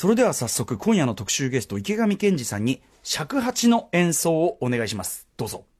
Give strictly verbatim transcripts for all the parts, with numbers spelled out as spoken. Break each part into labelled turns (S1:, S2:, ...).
S1: それでは早速今夜の特集ゲスト池上健二さんに尺八の演奏をお願いします。どうぞ。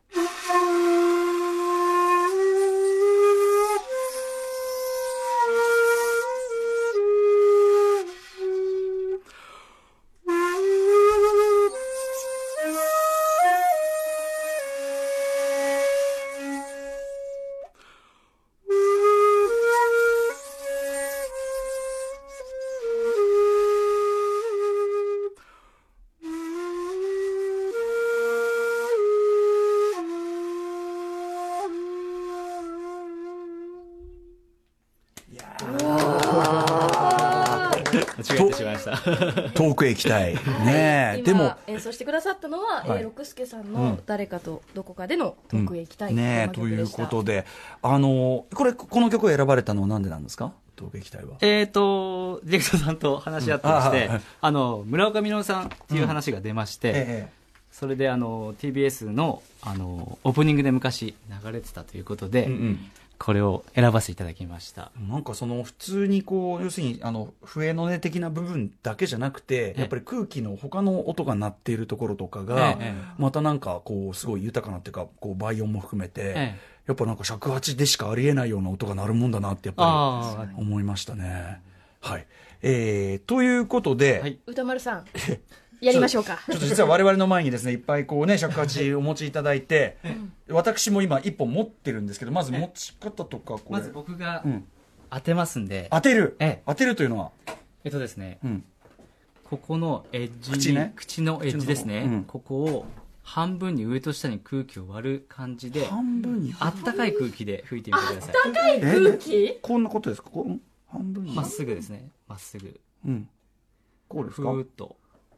S2: 間違えてしまいました
S1: 遠くへ行きたいね。
S3: 今
S1: でも
S3: 演奏してくださったのは、
S1: はい
S3: えー六輔さんの誰かとどこかでの遠くへ行きたい、
S1: うんねということで、あのこれこの曲を選ばれたのは何でなんですか？遠くへ行きたいは。
S2: えーとディレクターさんと話し合ってまして、
S1: うんあ,、
S2: あの村岡実さんっていう話が出まして、
S1: うんええ、
S2: それであの ティービーエス の, あのオープニングで昔流れてたということで、
S1: うんうん、
S2: これを選ばせていただきました。
S1: なんかその普通にこう要するにあの笛の音的な部分だけじゃなくて、やっぱり空気の他の音が鳴っているところとかが、ええ、またなんかこうすごい豊かなっていうかこう倍音も含めて、ええ、やっぱなんか尺八でしかありえないような音が鳴るもんだなってやっぱり思いましたね。はい、えー、ということで、はい、
S3: 歌丸さんやりましょうか。
S1: ちょっと実は我々の前にですねいっぱいこうね尺八お持ちいただいて、私も今一本持ってるんですけど、まず持ち方とかこれ
S2: まず僕が当てますんで、うん、
S1: 当てる、ええ、当てるというのは
S2: えっとですね、
S1: うん、
S2: ここのエッジに
S1: 口,、ね、
S2: 口のエッジですね、うん、ここを半分に上と下に空気を割る感じで、
S1: 半分に
S2: あったかい空気で吹いてみてください。
S3: あったかい空気？
S1: こんなことですか？こう半分に
S2: まっすぐですね、まっすぐ、
S1: うん、こうですか？
S2: ふーっと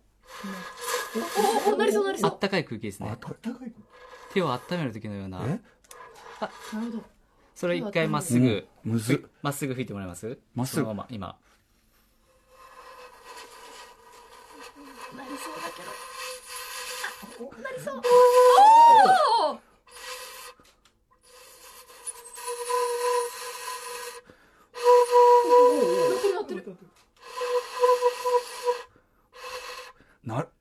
S3: おおなりそうなりそう。
S2: あったかい空気ですね。
S1: あったかい
S2: 手を温める時のような。
S1: え
S3: あ、なるほど。
S2: それ一回まっすぐ、
S1: うん、むず
S2: まっすぐ吹いてもらえます？
S1: まっすぐ。
S2: そのまま今。
S3: なりそうだけど。あ、なりそう。おお。なってるなってる。
S1: なる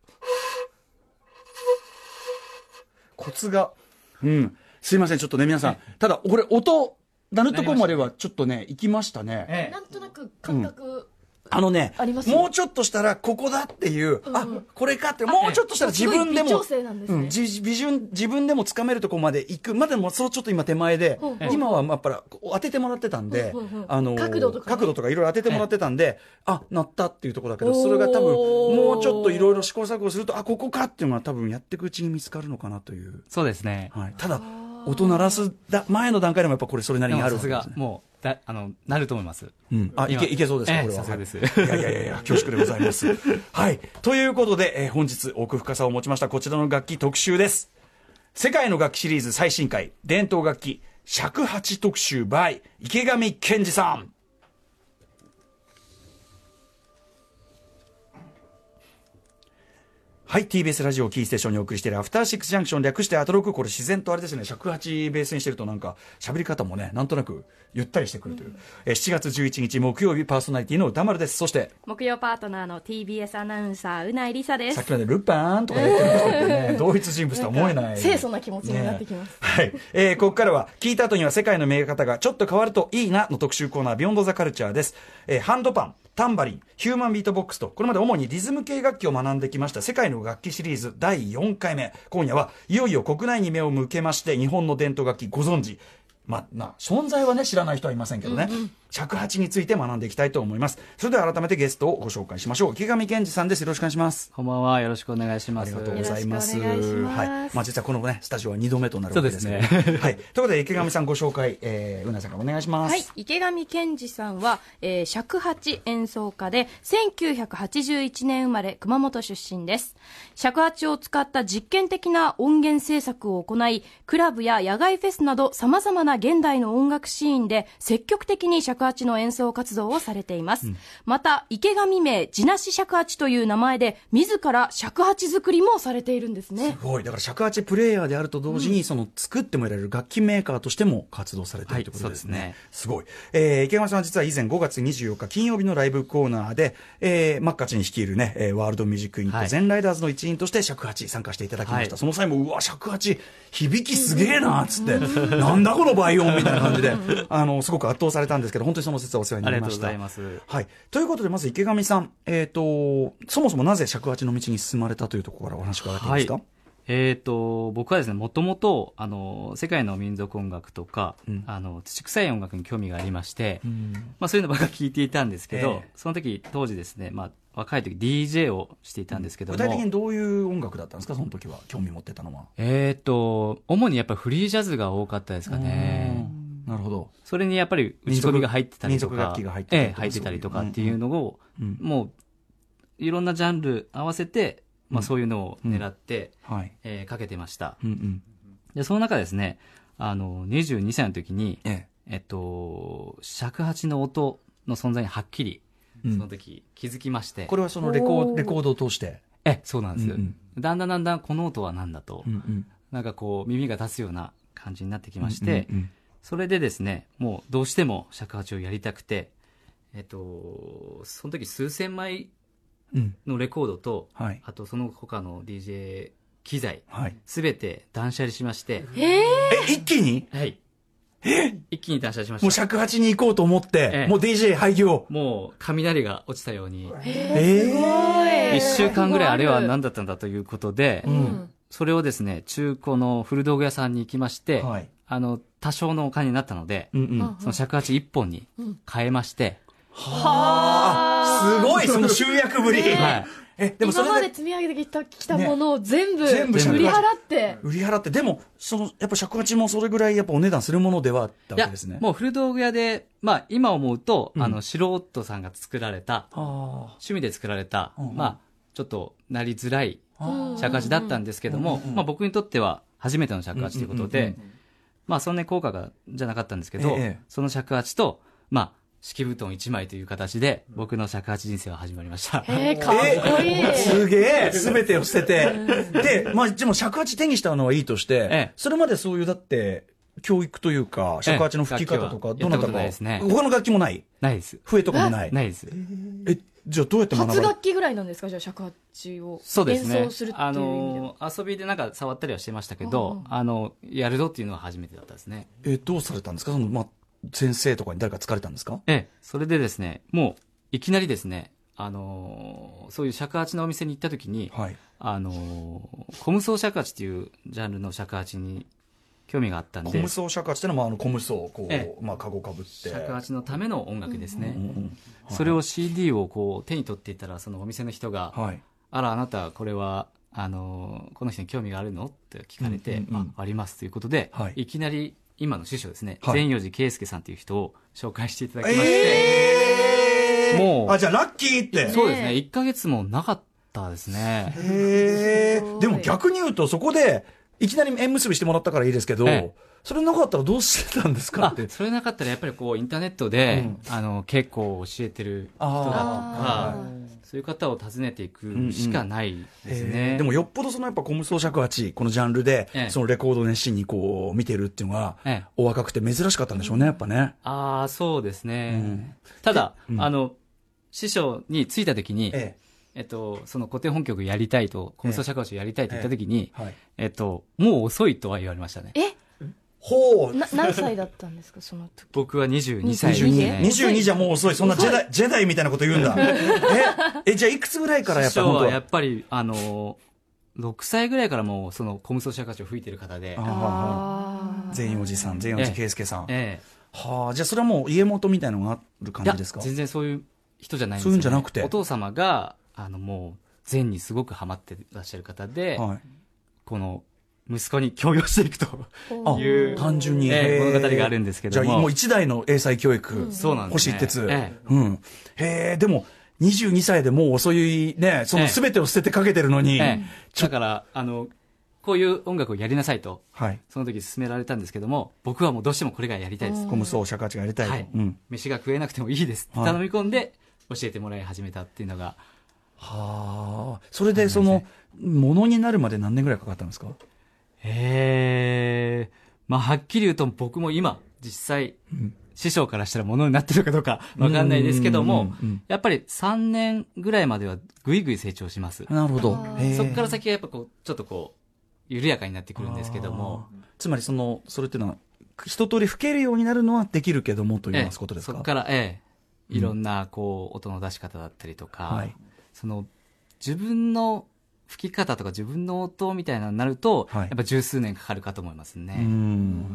S1: コツが、うん、すいませんちょっとね皆さん、ただこれ音鳴るとこまではちょっとね行きましたね、
S3: ええ、なんとなく感覚、うん、
S1: あのねもうちょっとしたらここだっていう、うん、あこれかってもうちょっとしたら自分でも、
S3: ね、うん、
S1: 自, 自分でもつかめるとこまで行くまでもそうちょっと今手前で、うん、今はやっぱり当ててもらってたんで、うん、あの
S3: 角度とか、ね、
S1: 角度とかいろいろ当ててもらってたんで、あ鳴ったっていうところだけどそれが多分もうちょっといろいろ試行錯誤するとあここかっていうのは多分やっていくうちに見つかるのかなという。
S2: そうですね、
S1: はい、ただ音鳴らすだ前の段階でもやっぱこれそれなりにあるわけですね。
S2: もうだあのなると思います、
S1: うん、あいけいけそうですか、これは。
S2: さすがです。
S1: いやいやいやいや恐縮でございますはいということで、えー、本日奥深さを持ちましたこちらの楽器特集です。世界の楽器シリーズ最新回伝統楽器尺八特集 by 池上健二さん。はい、ティービーエス ラジオキーステーションにお送りしているアフターシックスジャンクション略してアトロク。これ自然とあれですね尺八ベースにしてるとなんか喋り方もねなんとなくゆったりしてくるという、うん、えしちがつじゅういちにち木曜日パーソナリティの歌丸です。そして
S3: 木曜パートナーの ティービーエス アナウンサーうないりさです。
S1: さっきまでルパーンとか言ってましたけどね同一人物とは思えない
S3: 清楚な気持ちになってきます、ね、
S1: はい、えー、ここからは聞いた後には世界の見え方がちょっと変わるといいなの特集コーナービヨンドザカルチャーです。えー、ハンドパンタンバリン、ヒューマンビートボックスとこれまで主にリズム系楽器を学んできました世界の楽器シリーズだいよんかいめ。今夜はいよいよ国内に目を向けまして日本の伝統楽器ご存知まあ、まあ、存在はね知らない人はいませんけどね、うんうん、尺八について学んでいきたいと思います。それでは改めてゲストをご紹介しましょう。池上健二さんです。よろしくお願いします。
S2: こんばんは、よろしくお願いします。
S1: ありがとうございます。
S3: よろしくお願いします。
S1: はい、まあ、実はこのねスタジオはにどめとなるわけですね。
S2: そうですね
S1: はい、ということで池上さんご紹介、えー、うなさんからお願いします。
S3: はい、池上健二さんは、えー、尺八演奏家でせんきゅうひゃくはちじゅういちねん生まれ熊本出身です。尺八を使った実験的な音源制作を行いクラブや野外フェスなどさまざまな現代の音楽シーンで積極的に尺尺八の演奏活動をされています、うん、また池上名地なし尺八という名前で自ら尺八作りもされているんですね。
S1: すごい。だから尺八プレイヤーであると同時に、うん、その作ってもらえる楽器メーカーとしても活動されているということですね、はい、そうですね。すごい、えー、池上さんは実は以前ごがつにじゅうよっか金曜日のライブコーナーで、えー、マッカチン率いるね、えー、ワールドミュージックイント、ゼンライダーズの一員として尺八参加していただきました、はい、その際もうわ尺八響きすげえなっつってなんだこの倍音みたいな感じであのすごく圧倒されたんですけど、本当にその説はお世話になりました。
S2: ありがとうございます。
S1: はい、ということでまず池上さん、えー、とそもそもなぜ尺八の道に進まれたというところからお話伺っていいですか。
S2: はい、えー、と僕はですね、もともとあの世界の民族音楽とか、うん、あの土臭い音楽に興味がありまして、うんまあ、そういうのばっか聞いていたんですけど、えー、その時当時ですね、まあ、若い時 ディージェー をしていたんですけども、
S1: 具体的にどういう音楽だったんですか、その時は興味持ってたのは。
S2: えー、と主にやっぱりフリージャズが多かったですかね。
S1: なるほど。
S2: それにやっぱり打ち込みが入ってたりとか、
S1: 民族楽器が入ってたりとか、
S2: ええ、入ってたりとかっていうのを、うんうん、もういろんなジャンル合わせて、まあ、そういうのを狙って、うんはいえー、かけてました、うんうん、でその中ですね、あのにじゅうにさいの時に、えええっと、尺八の音の存在にはっきりその時気づきまして、うん、
S1: これはそのレコー、レコードを通して
S2: えそうなんです、うんうん、だんだんだんだんこの音は何だと、うんうん、なんかこう耳が立つような感じになってきまして、うんうんうん、それでですね、もうどうしても尺八をやりたくて、えっと、その時数千枚のレコードと、うんはい、あとその他の ディージェー 機材すべ、はい、て断捨離しまして、
S1: えー、え一気に
S2: はい
S1: え
S2: 一気に断捨離しました。
S1: もう尺八に行こうと思って、ええ、もう ディージェー 廃業。
S2: もう雷が落ちたように、
S3: えー、
S2: いっしゅうかんぐらいあれは何だったんだということで、うん、それをですね、中古の古道具屋さんに行きまして、はい、あの多少のお金になったので、うんうん、その尺八いっぽんに変えまして、
S1: うん、はあ、すごいその集約ぶり。はい。
S3: えでもそれで今まで積み上げてきた、きたものを全部、ね、全部売り払って
S1: 売り払ってでもそのやっぱ尺八もそれぐらいやっぱお値段するものではあったわけですね。
S2: いやもう古道具屋で、まあ、今思うと、うん、あの素人さんが作られた趣味で作られた、うん、まあ、ちょっとなりづらい尺八だったんですけども、まあ、僕にとっては初めての尺八ということで、うんうんうんうん、まあ、そんなに効果がじゃなかったんですけど、ええ、その尺八とまあ敷布団いちまいという形で僕の尺八人生は始まりました。
S3: えー、かっこいい。
S1: えー、すげえ全てを捨ててで、まあ、でも尺八手にしたのはいいとして、ええ、それまでそういうだって教育というか尺八の吹き方とかどなたか、
S2: ええ、
S1: 他の楽器もない
S2: ないです。
S1: 笛とかもない
S2: ないです。
S1: えじゃあどうやって学ばれ
S3: 初楽器ぐらいなんですか、じゃあ尺八を演奏するっていう意味では。そうですね、あの
S2: 遊びでなんか触ったりはしてましたけど、あのやるぞっていうのは初めてだったですね。
S1: えどうされたんですか、その、まあ先生とかに誰か疲れたんですか。
S2: ええ、それでですね、もういきなりですね、あのー、そういう尺八のお店に行った時に、はい、あのー、コムソー尺八っていうジャンルの尺八に興味があったんで。
S1: コムソー尺八っていうのは、まあ、あのコムソーこう、ええ、まあ、カゴかぶって
S2: 尺八のための音楽ですね、うんうんうんはい、それを シーディー をこう手に取っていったら、そのお店の人が、はい、あらあなたこれはあのー、この人に興味があるのって聞かれて、うんうんうん、あ, ありますということで、はい、いきなり今の師匠ですね、はい、善陽寺圭介さんという人を紹介していただきまして、
S1: えー、も
S2: う
S1: あじゃあラッキーって
S2: そうですね、いっかげつもなかったですね。
S1: へーでも逆に言うとそこでいきなり縁結びしてもらったからいいですけど、ええ、それなかったらどうしてたんですかって。
S2: それなかったらやっぱりこうインターネットで、うん、あの結構教えてる人だとかそういう方を訪ねていくしかないですね、
S1: うんうん、でもよっぽどそのやっぱコムソー尺八このジャンルで、ええ、そのレコードを熱心にこう見てるっていうのが、ええ、お若くて珍しかったんでしょうねやっぱね。
S2: ああそうですね、うん、ただ、うん、あの師匠に着いた時に、えええっと、その古典本曲やりたいとコムソー尺八をやりたいと言った時に、ええはいえっと、もう遅いとは言われましたね。
S3: え
S1: ほう
S3: な何歳だったんですかその時。
S2: 僕はにじゅうにさい
S1: ですね。にじゅうにじゃもう遅い。そんなジェダイ、ジェダイみたいなこと言うんだ。ええじゃあいくつぐらいからやっぱり本当は
S2: やっぱりあのろくさいぐらいからもうそのコムソー尺八を吹いてる方で、
S1: 善陽寺さん善陽寺圭介さん、ええ、はあじゃあそれはもう家元みたいなのがある感じですか。
S2: いや全然そういう人じゃないんですよ、ね、
S1: そういうんじゃなくて
S2: お父様があのもう禅にすごくハマってらっしゃる方で、はい、この息子に教養していくという
S1: 単純に、
S2: えー、物語があるんですけども、
S1: じゃあもう一代の英才教育、うん、星一徹、えーうん、へえでもにじゅうにさいでもう遅いねその全てを捨ててかけてるのに、えー
S2: えー、だからあのこういう音楽をやりなさいと、
S1: はい、
S2: その時勧められたんですけども、僕はもうどうしてもこれがやりたいです。
S1: コムソー尺八がやりたいと、
S2: はい
S1: うん、
S2: 飯が食えなくてもいいですって頼み込んで教えてもらい始めたっていうのが。
S1: はあ、それでそのものになるまで何年ぐらいかかったんですか？
S2: ええー、まあはっきり言うと僕も今実際、うん、師匠からしたらものになってるかどうかわかんないですけども、やっぱりさんねんぐらいまではぐいぐい成長します。
S1: なるほど。
S2: そこから先はやっぱこうちょっとこう緩やかになってくるんですけども、
S1: つまりそのそれっていうのは一通り吹けるようになるのはできるけどもというようなことですか？
S2: そこからええいろんなこう音の出し方だったりとか、うんはい、その自分の吹き方とか自分の音みたいなのになると、はい、やっぱ十数年かかるかと思いますね。
S1: うん、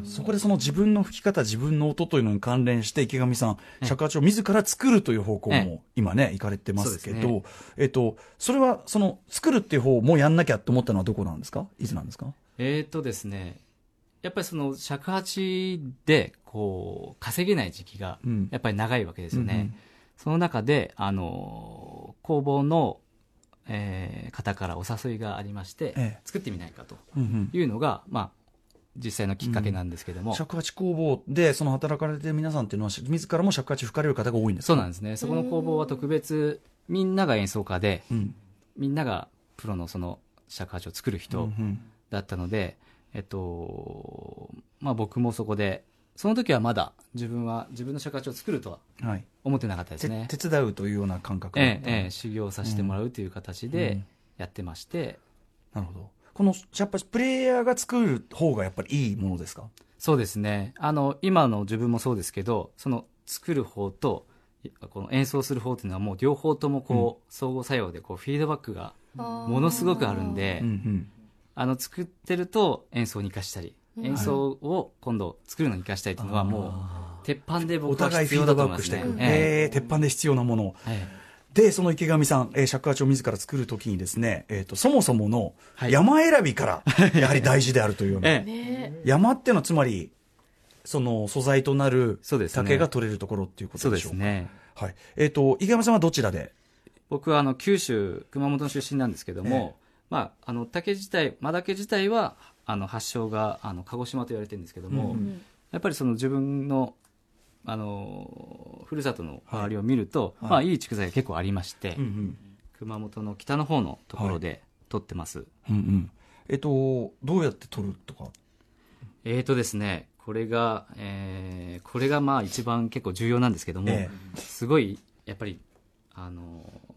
S1: そこでその自分の吹き方自分の音というのに関連して池上さん尺八を自ら作るという方向も今ね行かれてますけど、ね、えっと、それはその作るっていう方もやんなきゃと思ったのはどこなんですか？いつなんですか？
S2: えーとですねやっぱりその尺八でこう稼げない時期がやっぱり長いわけですよね、うんうんうん、その中であの工房のえー、方からお誘いがありまして、ええ、作ってみないかというのが、うんうん、まあ、実際のきっかけなんですけども、
S1: うん、尺八工房でその働かれている皆さんっていうのは自らも尺八吹かれる方が多いんですか？
S2: そうなんですね。そこの工房は特別みんなが演奏家で、うん、みんながプロのその尺八を作る人だったので、うんうん、えっとまあ、僕もそこでその時はまだ自分は自分の尺八を作るとは思ってなかったですね、はい、
S1: 手伝うというような感覚だった、
S2: ええええ、修行させてもらうという形でやってまして、
S1: うんうん、なるほど。このやっぱりプレイヤーが作る方がやっぱりいいものですか？
S2: そうですね。あの今の自分もそうですけど、その作る方とこの演奏する方というのはもう両方ともこう、うん、相互作用でこうフィードバックがものすごくあるんで、うんうん、あの作ってると演奏に生かしたり、演奏を今度作るのに生かしたいというのはもう鉄板で僕は必要だと思いますね。お互いフィードバックしていく、
S1: えー、鉄板で必要なもの、えー、でその池上さん、えー、尺八を自ら作るときにですね、えーと、そもそもの山選びからやはり大事であるというような、えー、山っていうのはつまりその素材となる竹が取れるところっていうことでしょうか？そうですね、はい。えーと、池上さんはどちらで？
S2: 僕はあの九州熊本の出身なんですけども、えーまあ、あの竹自体真竹自体はあの発祥があの鹿児島と言われてるんですけども、うん、やっぱりその自分のあのふるさとの周りを見ると、はい、まあ、いい竹材が結構ありまして、はい、熊本の北の方のところで取ってます、はい、うんうん、
S1: えっとどうやって取るとか？
S2: えーとですねこれが、えー、これがまあ一番結構重要なんですけども、えー、すごいやっぱりあの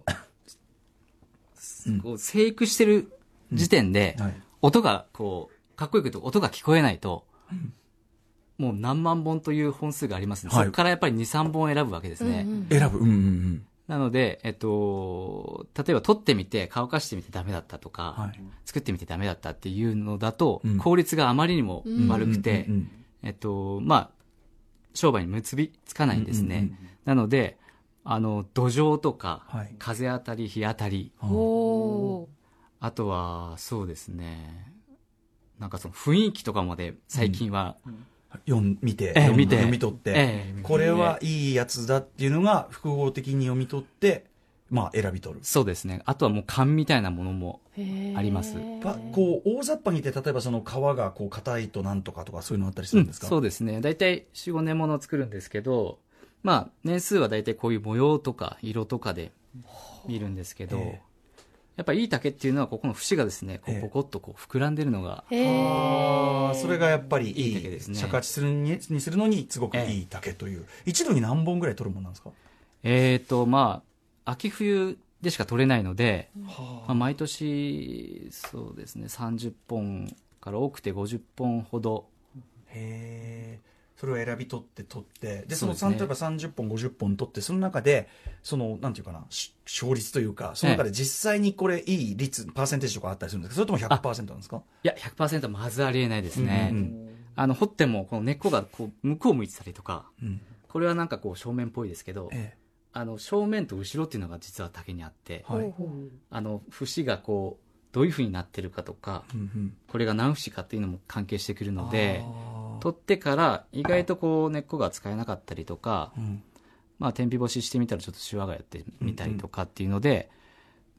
S2: こう生育してる時点で、うんはい、音がこうかっこよく言うと音が聞こえないと、うん、もう何万本という本数がありますので、はい、そこからやっぱりにさんぼん選ぶわけですね、うんうん、
S1: 選ぶ、うんうんうん、
S2: なので、えっと、例えば撮ってみて乾かしてみてダメだったとか、はい、作ってみてダメだったっていうのだと、うん、効率があまりにも悪くて、うんうんうんうん、えっとまあ商売に結びつかないんですね、うんうんうん、なのであの土壌とか、はい、風当たり日当たり、あとはそうですねなんかその雰囲気とかまで最近は、うん、
S1: 読ん見て、
S2: えー、見て
S1: 読み取って、えー、これはいいやつだっていうのが複合的に読み取ってまあ選び取る。
S2: そうですね。あとはもう勘みたいなものもあります。
S1: こう大雑把に言って例えばその皮がこう硬いとなんとかとかそういうのあったりするんですか？
S2: うん、そうですね。だいたいよん、ごねんものを作るんですけど、まあ年数はだいたいこういう模様とか色とかで見るんですけど、やっぱりいい竹っていうのはここの節がですねこうポコッとこう膨らんでるのが、
S1: あそれがやっぱりいい竹ですね。尺八するににするのにすごくいい竹という。一度に何本ぐらい取るものなんですか？
S2: えーとまあ秋冬でしか取れないので、まあ、毎年そうですねさんじゅっぽんから多くてごじゅっぽんほど。
S1: へー、それを選び取って取ってでその例えばさんじゅっぽんごじゅっぽん取ってその中でそのなんていうかな勝率というかその中で実際にこれいい率パーセンテージとかあったりするんですか？それとも ひゃくパーセント なんですか？
S2: いや ひゃくパーセント はまずありえないですね、うんうん、あの掘ってもこの根っこがこう向こう向いてたりとか、うん、これはなんかこう正面っぽいですけど、ええ、あの正面と後ろっていうのが実は竹にあって、はい、あの節がこうどういう風になってるかとか、うんうん、これが何節かっていうのも関係してくるので取ってから意外とこう根っこが使えなかったりとか、うん、まあ天日干ししてみたらちょっとシワがやってみたりとかっていうので、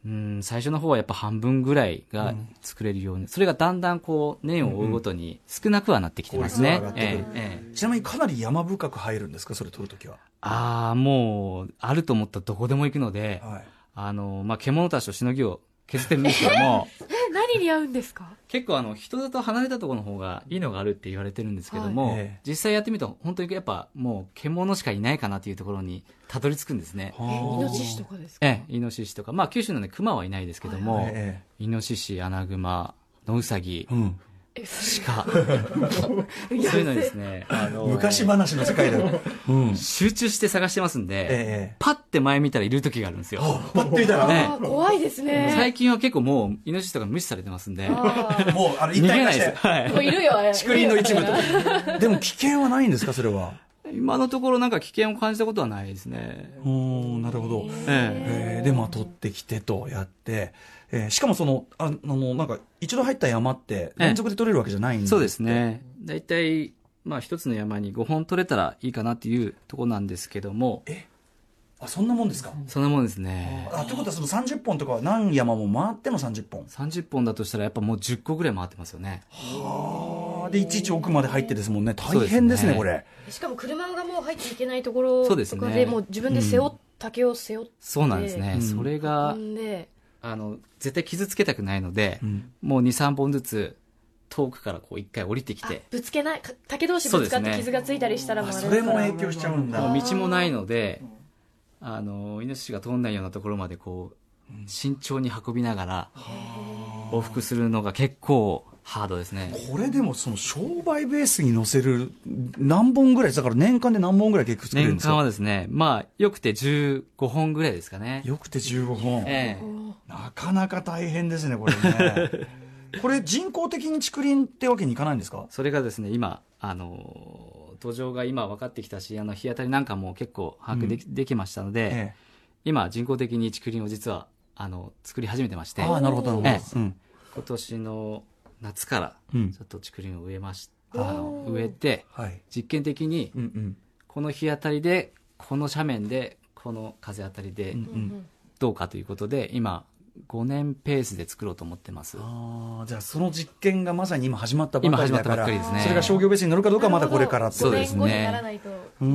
S2: うん、最初の方はやっぱ半分ぐらいが作れるように、うん、それがだんだんこう年を追うごとに少なくはなってきてますね。
S1: ええええ、ちなみにかなり山深く入るんですか、それ取るときは。
S2: ああ、もうあると思ったらどこでも行くので、はい、あのまあ、獣たちとしのぎを削ってるんですけども
S3: 何に合うんですか？
S2: 結構あの人里離れたところの方がいいのがあるって言われてるんですけども、はい、実際やってみると本当にやっぱもう獣しかいないかなというところにたどり着くんですね。
S3: イノシシとかですか？
S2: ええ、イノシシとか、まあ九州のね熊はいないですけども、はいはい、イノシシ、アナグマ、ノウサギ、うん、鹿そういうのですね、
S1: あのー、昔話の世界だよ、
S2: うん、集中して探してますんで、ええ、パッて前見たらいる時があるんですよ。
S1: パッて見たら、
S3: ね、怖いですね。
S2: 最近は結構もうイノシシとか無視されてますんで、もう
S1: あの一体化して、
S3: はい、もういるよ
S1: 竹林の一部とでも危険はないんですか、それは。
S2: 今のところなんか危険を感じたことはないですね。
S1: おー、なるほど。えー、でまあ取ってきてとやって、えー、しかもそのあのなんか一度入った山って連続で取れるわけじゃないんで、
S2: そうですね。だいたいまあ一つの山にごほん取れたらいいかなっていうところなんですけども。
S1: え、あ、そんなもんですか？
S2: そんなもんですね。
S1: あ、ということはそのさんじゅっぽんとかは何山も回ってのさんじゅっぽん？
S2: さんじゅっぽんだとしたらやっぱもうじゅっこぐらい回ってますよね。
S1: はあ。でいちいち奥まで入ってですもんね。大変ですね、
S3: ね、
S1: これ。
S3: しかも車がもう入っていけないところとかで、もう自分で背負っ、うん、竹を背負って、
S2: そうなんですね。うん、それがあの絶対傷つけたくないので、うん、もうにさんぼんずつ遠くからこう一回降りてきて、
S3: ぶつけない、竹同士ぶつかって傷がついたりしたらもうあれ、
S1: それも影響しちゃうんだ。
S2: もう道もないので、あのイノシシが通んないようなところまでこう慎重に運びながら往復するのが結構ハードですね。
S1: これでもその商売ベースに乗せる何本ぐらいだから、年間で何本ぐらい結局作れるんですか？
S2: 年間はですね、まあよくてじゅうごほんぐらいですかね。
S1: よくてじゅうごほん、
S2: ええ、
S1: なかなか大変ですね、これね。これ人工的に竹林ってわけにいかないんですか？
S2: それがですね、今あの土壌が今分かってきたし、あの日当たりなんかも結構把握でき、うん、できましたので、ええ、今人工的に竹林を実はあの作り始めてまして。
S1: ああ、なるほど、なるほど、うん、
S2: 今年の夏からちょっと竹林を植えました、うん、あの植えて、はい、実験的にこの日当たりでこの斜面でこの風当たりでどうかということで、今ごねんペースで作ろうと思ってます。
S1: あ、じゃあその実験がまさに今始まったばかりだから、
S2: ですね、
S1: それが商業ベースに乗るかどうかはまだこれからって。
S2: そうですね。
S1: うん、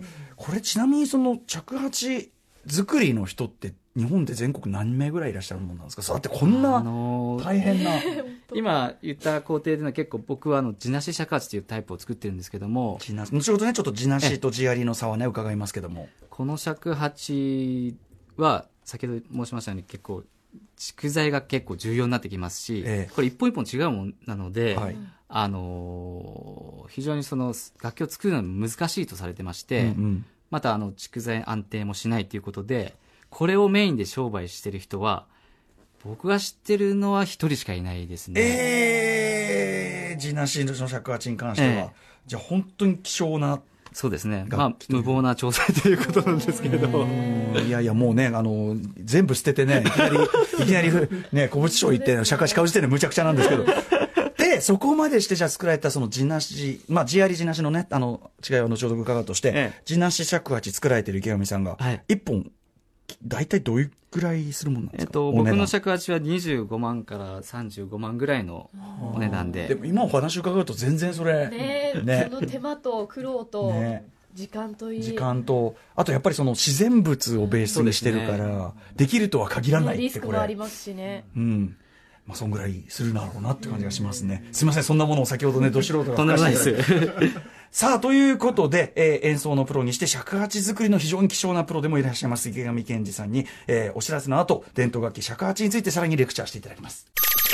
S1: これちなみにその着鉢作りの人って日本で全国何名ぐらいいらっしゃるもんなんですか？そうだってこんな大変な、あのー、
S2: 今言った工程でいうのは結構僕はあの地なし尺八というタイプを作ってるんですけども、
S1: 後ほどねちょっと地なしと地ありの差はね伺いますけども、
S2: この尺八は先ほど申しましたように結構竹材が結構重要になってきますし、ええ、これ一本一本違うものなので、はい、あのー、非常にその楽器を作るのは難しいとされてまして、うんうん、またあの竹材安定もしないということで、これをメインで商売してる人は僕が知ってるのは一人しかいないですね。
S1: えー、地なしの尺八に関しては、えー、じゃあ本当に希少な。
S2: そうですね、まあ、無謀な調整ということなんですけれど
S1: いやいやもうね、あの全部捨ててね、いきなりいきなりね古物商行って尺八買う時点でむちゃくちゃなんですけどでそこまでしてじゃあ作られたその地なし、まあ地あり地なしのね、あの違いは後ほど伺うとして、ええ、地なし尺八作られてる池上さんが、はい、いっぽん大体どれぐらいするものなんですか？
S2: えっと、僕の尺八はにじゅうごまんからさんじゅうごまんぐらいのお値段で。
S1: でも今お話伺うと全然それ
S3: ねえ、ね、その手間と苦労と時間といい、
S1: 時間とあとやっぱりその自然物をベースにしてるから、ね、できるとは限らないって、これ
S3: リスクもありますしね。
S1: うん、まあ、そんぐらいするだろうなって感じがしますね。すいません、そんなものを先ほどねど素人が
S2: とんでもないです
S1: さあということで、えー、演奏のプロにして尺八作りの非常に希少なプロでもいらっしゃいます池上健二さんに、えー、お知らせの後伝統楽器尺八についてさらにレクチャーしていただきます。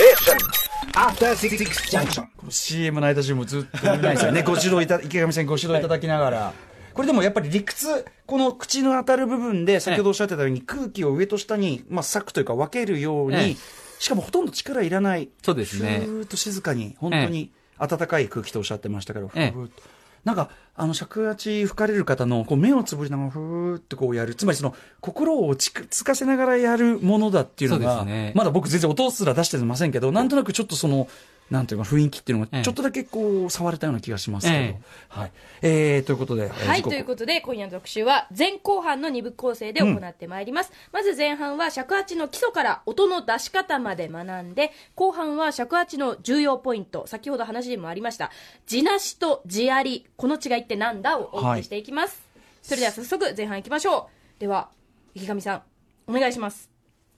S1: この シーエム の間中もずっと見ないですよねご指導いた池上さんにご指導いただきながら、はい、これでもやっぱり理屈、この口の当たる部分で先ほどおっしゃってたように空気を上と下に、まあ、裂くというか分けるように、ええ、しかもほとんど力いらない、
S2: そうですね、
S1: ふーっと静かに本当に暖かい空気とおっしゃってましたから、ええ、ふーっとなんかあの尺八吹かれる方のこう目をつぶりながらふーっとこうやる、つまりその心を落ち着かせながらやるものだっていうのが、ね、まだ僕全然音すら出してませんけど、なんとなくちょっとそのなんていうか雰囲気っていうのが
S2: ええ
S1: ちょっとだけこう触れたような気がしますけど、
S2: ええ
S1: はい、えー、ということで、
S3: はい、ということで今夜の特集は前後半のに部構成で行ってまいります、うん、まず前半は尺八の基礎から音の出し方まで学んで、後半は尺八の重要ポイント、先ほど話にもありました地なしと地あり、この違いってなんだをお送りしていきます、はい、それでは早速前半いきましょう。では池上さんお願いします。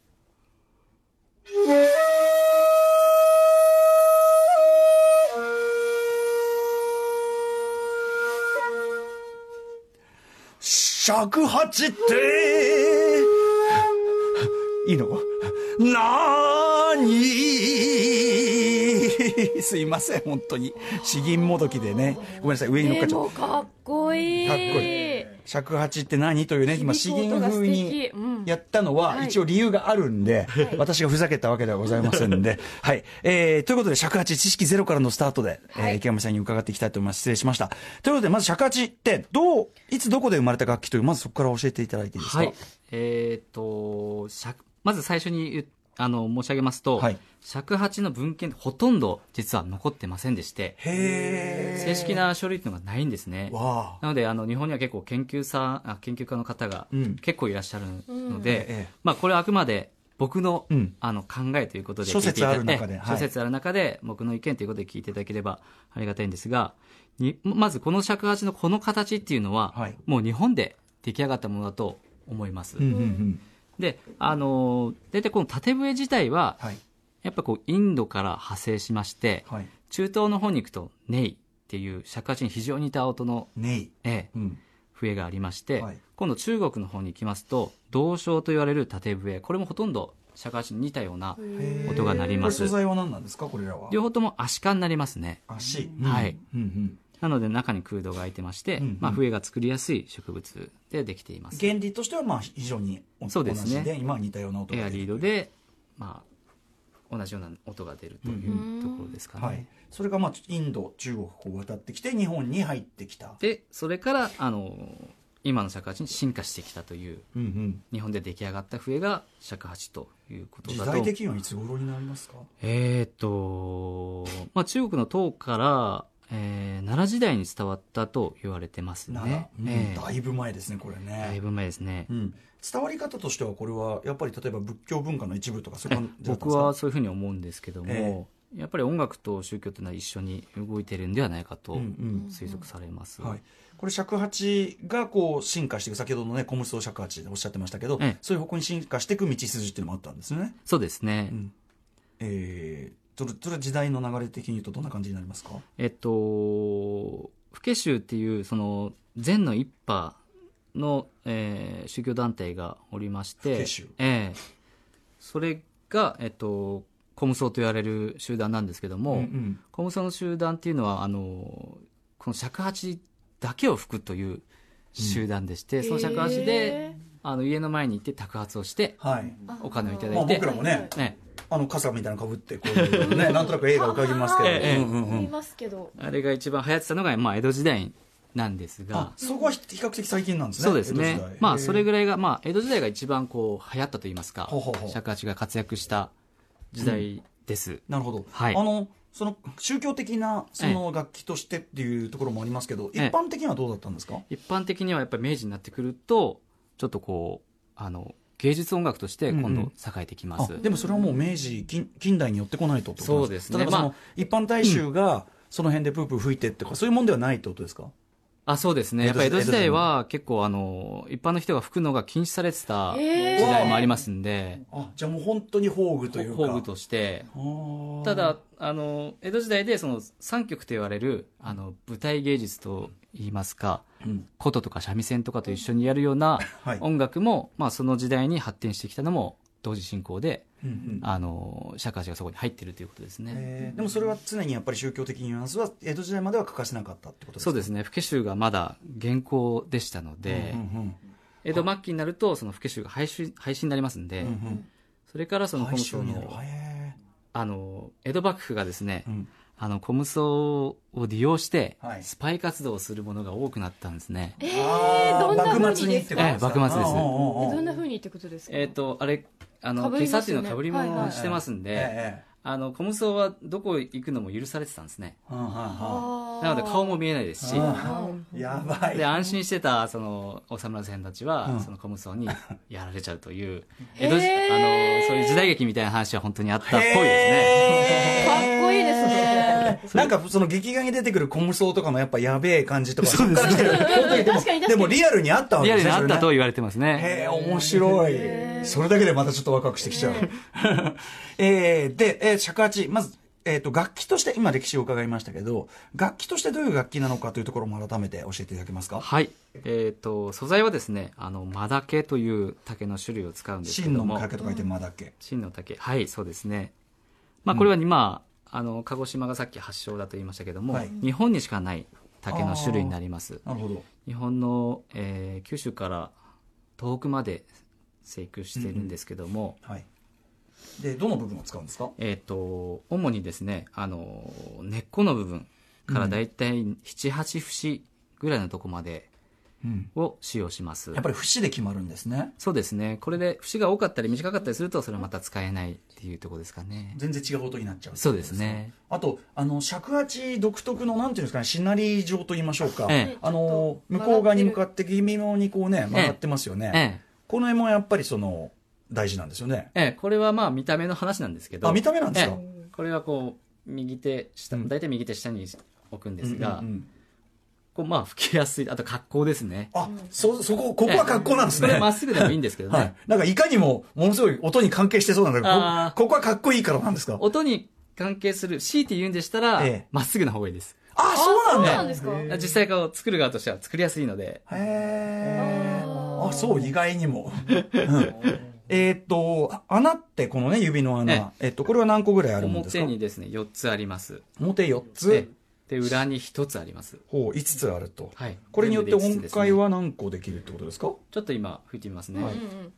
S1: 尺八っていいの？なーにすいません本当に詩吟もどきでね、ごめんなさい上に乗っかっちゃった。
S3: でもかっこいい。
S1: かっこいい。尺八って何というね、今詩吟風にやったのは一応理由があるんで、はい、私がふざけたわけではございませんで、はい、えー、ということで尺八知識ゼロからのスタートで、はい、えー、池上さんに伺っていきたいと思います。失礼しました。ということでまず尺八ってどういつどこで生まれた楽器という、まずそこから教えていただいていいですか。
S2: はい、えーと尺まず最初にあの申し上げますと、はい、尺八の文献ほとんど実は残ってませんでして、
S1: へ
S2: 正式な書類というのがないんですね。
S1: わ
S2: なのであの日本には結構研究さあ研究家の方が結構いらっしゃるので、うん、まあ、これはあくまで僕の、うん、あの考えということで聞いていただいて、諸説ある中で、はい、諸説ある中で僕の意見ということで聞いていただければありがたいんですが、にまずこの尺八のこの形っていうのは、はい、もう日本で出来上がったものだと思います。うんうんうん、で、あの大体この縦笛自体は、はい、やっぱこうインドから派生しまして、はい、中東の方に行くとネイっていう尺八に非常に似た音の
S1: ネイ、
S2: ええうん、笛がありまして、はい、今度中国の方に行きますと銅鐘と言われる縦笛、これもほとんど尺八に似たような音が鳴ります。
S1: これ素材は何なんですかこれらは。
S2: 両方ともアシカになりますね。
S1: 足、
S2: はい、
S1: うんうん、
S2: なので中に空洞が開いてまして、うんうん、まあ、笛が作りやすい植物でできています。
S1: 原理としてはまあ非常に同じ で,
S2: で、ね、
S1: 今は似たような音が出る。
S2: エアリードで、まあ、同じような音が出るというところですかね。
S1: はい、それがまあインド中国を渡ってきて日本に入ってきた。
S2: でそれからあの今の尺八に進化してきたという、うんうん、日本で出来上がった笛が尺八ということだと。
S1: 時代的にはいつ頃になりますか。
S2: えーと、まあ、中国の唐からえー、奈良時代に伝わったと言われてますね、
S1: うんえー、だいぶ前ですねこれね。
S2: だいぶ前ですね、
S1: うん、伝わり方としてはこれはやっぱり例えば仏教文化の一部とかそういう感じだったんですか。
S2: 僕はそういうふうに思うんですけども、えー、やっぱり音楽と宗教というのは一緒に動いてるんではないかと推測されます、
S1: うんうんはい、これ尺八がこう進化していく、先ほどのね小無双尺八でおっしゃってましたけど、えー、そういう方向に進化していく道筋っていうのもあったんですよね。
S2: そうですね、
S1: うんえーそれそれは時代の流れ的に言うとどんな感じになりますか。
S2: えっと法華宗っていうその禅の一派の、えー、宗教団体がおりまして、
S1: 法華宗、
S2: えー、それが、えっと、小無双と言われる集団なんですけども、うんうん、小無双の集団っていうのはあのこの尺八だけを吹くという集団でして、うん、その尺八であの家の前に行って托発をして、はい、お金をいただいて、まあ、
S1: 僕らもね、ねあの傘みたいなのかぶってこういうねなんとなく映画浮かびますけど、ええうんうんうん、
S3: 見ますけど
S2: あれが一番流行ってたのが、まあ、江戸時代なんですが、
S1: あそこは比較的最近なんですね。
S2: そうですね、まあ、それぐらいが、まあ、江戸時代が一番こう流行ったといいますか、ほうほうほう尺八が活躍した時代です、うん、
S1: なるほど、はい、あのその宗教的なその楽器としてっていうところもありますけど、ええ、一般的にはどうだったんですか。
S2: 一般的にはやっぱり明治になってくるとちょっとこうあの芸術音楽として今度栄えてきます、
S1: うんうん、でもそれはもう明治 近, 近代によってこないとってことですか。
S2: そうですね、
S1: 例えばその一般大衆がその辺でプープー吹いてってか、うん、そういうもんではないってことですか。
S2: あそうですね、やっぱり江戸時代は結構あの一般の人が吹くのが禁止されてた時代もありますんで、
S1: えー、あじゃあもう本当に法具というか
S2: 法具として、ただあの江戸時代でその三曲と言われるあの舞台芸術といいますか、うん、琴とか三味線とかと一緒にやるような音楽も、はい、まあ、その時代に発展してきたのも同時進行で、うんうん、あの尺八がそこに入っているということですね、
S1: えー、でもそれは常にやっぱり宗教的ニュアンスは江戸時代までは欠かせなかったってことですか。
S2: そうですね、法華宗がまだ現行でしたので、うんうんうん、江戸末期になるとその法華宗が廃止、廃止になりますんで、うんうん、それからその小無双の、あの江戸幕府がですね、うんあの小無双を利用してスパイ活動をするものが多くなったんですね、
S3: はい、えー、どんな風にですか。
S2: えー、幕末です。
S3: どんな風にってことですか。
S2: えっ、ー、とあれあの今朝っていうのは被り物をしてますんで、はいはい、 あの、コムソはどこ行くのも許されてたんですね。
S1: はあはあは
S2: なので顔も見えないですし、
S1: あやばい。
S2: で、安心してた、その、お侍さんたちは、
S1: うん
S2: そのコムソにやられちゃうという、江戸時、あの、そういう時代劇みたいな話は本当にあったっぽいですね。
S3: かっこいいですね。
S1: なんかその劇画に出てくるコムソとかのやっぱやべえ感じとか、
S2: そうですね
S1: そっから来てる本当にでも
S3: 確かに確かに
S1: でもリアルにあったわけ
S2: リアル
S1: ですね。
S2: にあったと
S1: それね
S2: 言われてますね。
S1: へえ、面白い。それだけでまたちょっとワクワクしてきちゃう。えー、で、えー、尺八、まず、えっ、と、楽器として今歴史を伺いましたけど、楽器としてどういう楽器なのかというところも改めて教えていただけますか？
S2: はい。えっ、と、素材はですね、あの、マダケという竹の種類を使うんですけ
S1: 真の
S2: ども。
S1: 竹と書いて間だけ。
S2: 真の竹。はい、そうですね。まあ、これは今、あの、鹿児島がさっき発祥だと言いましたけども、
S1: はい
S2: 日本にしかない竹の種類になります。
S1: なるほど。
S2: 日本の、えー九州から東北まで生育しているんですけども、
S1: はい。で、どの部分を使うんですか？
S2: えっ、と、主にですね、あの、根っこの部分からだいたいなな、はち節ぐらいのとこまで
S1: うん。
S2: を使用します。
S1: やっぱり節で決まるんですね。
S2: そうですね。これで節が多かったり短かったりすると、それはまた使えないっていうところですかね。
S1: 全然違う音になっちゃう。
S2: そうですね。
S1: あと、あの、尺八独特の、なんていうんですかね、シナリー状と言いましょうか。
S2: ええ
S1: あの、向こう側に向かって微妙にこうね、曲がってますよね。
S2: ええ。
S1: この辺もやっぱりその、大事なんですよね。
S2: ええ、これはまあ見た目の話なんですけど。
S1: あ、見た目なんですか？
S2: ええこれはこう、右手下、
S1: うん
S2: 大体右手下に置くんですが、
S1: うんうんうん
S2: こうまあ吹きやすい、あと格好ですね。
S1: あ、そ、そこ、ここは格好なんですね。
S2: これまっすぐでもいいんですけどね。
S1: はい。なんかいかにも、ものすごい音に関係してそうなんだけど、
S2: あー
S1: こここはかっこいいからなんですか？
S2: 音に関係する、強いて言うんでしたら、
S1: ええ
S2: まっすぐな方がいいです。
S1: あ、そうなんだ。
S3: そうなんですか？
S2: 実際こう作る側としては作りやすいので、
S1: へー。あ、そう、意外にも。うんえーっと、あ穴ってこのね、指の穴。
S2: え
S1: えっと、これは何個ぐらいあるもんですか？
S2: 表にですね、よっつあります。
S1: 表よっ
S2: で
S1: つ。
S2: で、裏にひとつあります。
S1: ほう、いつつあると。
S2: はい。
S1: これによって
S2: 全部でいつつですね
S1: 音階は何個できるってことですか？
S2: ちょっと今吹いてみますね。
S1: はい
S3: うんうん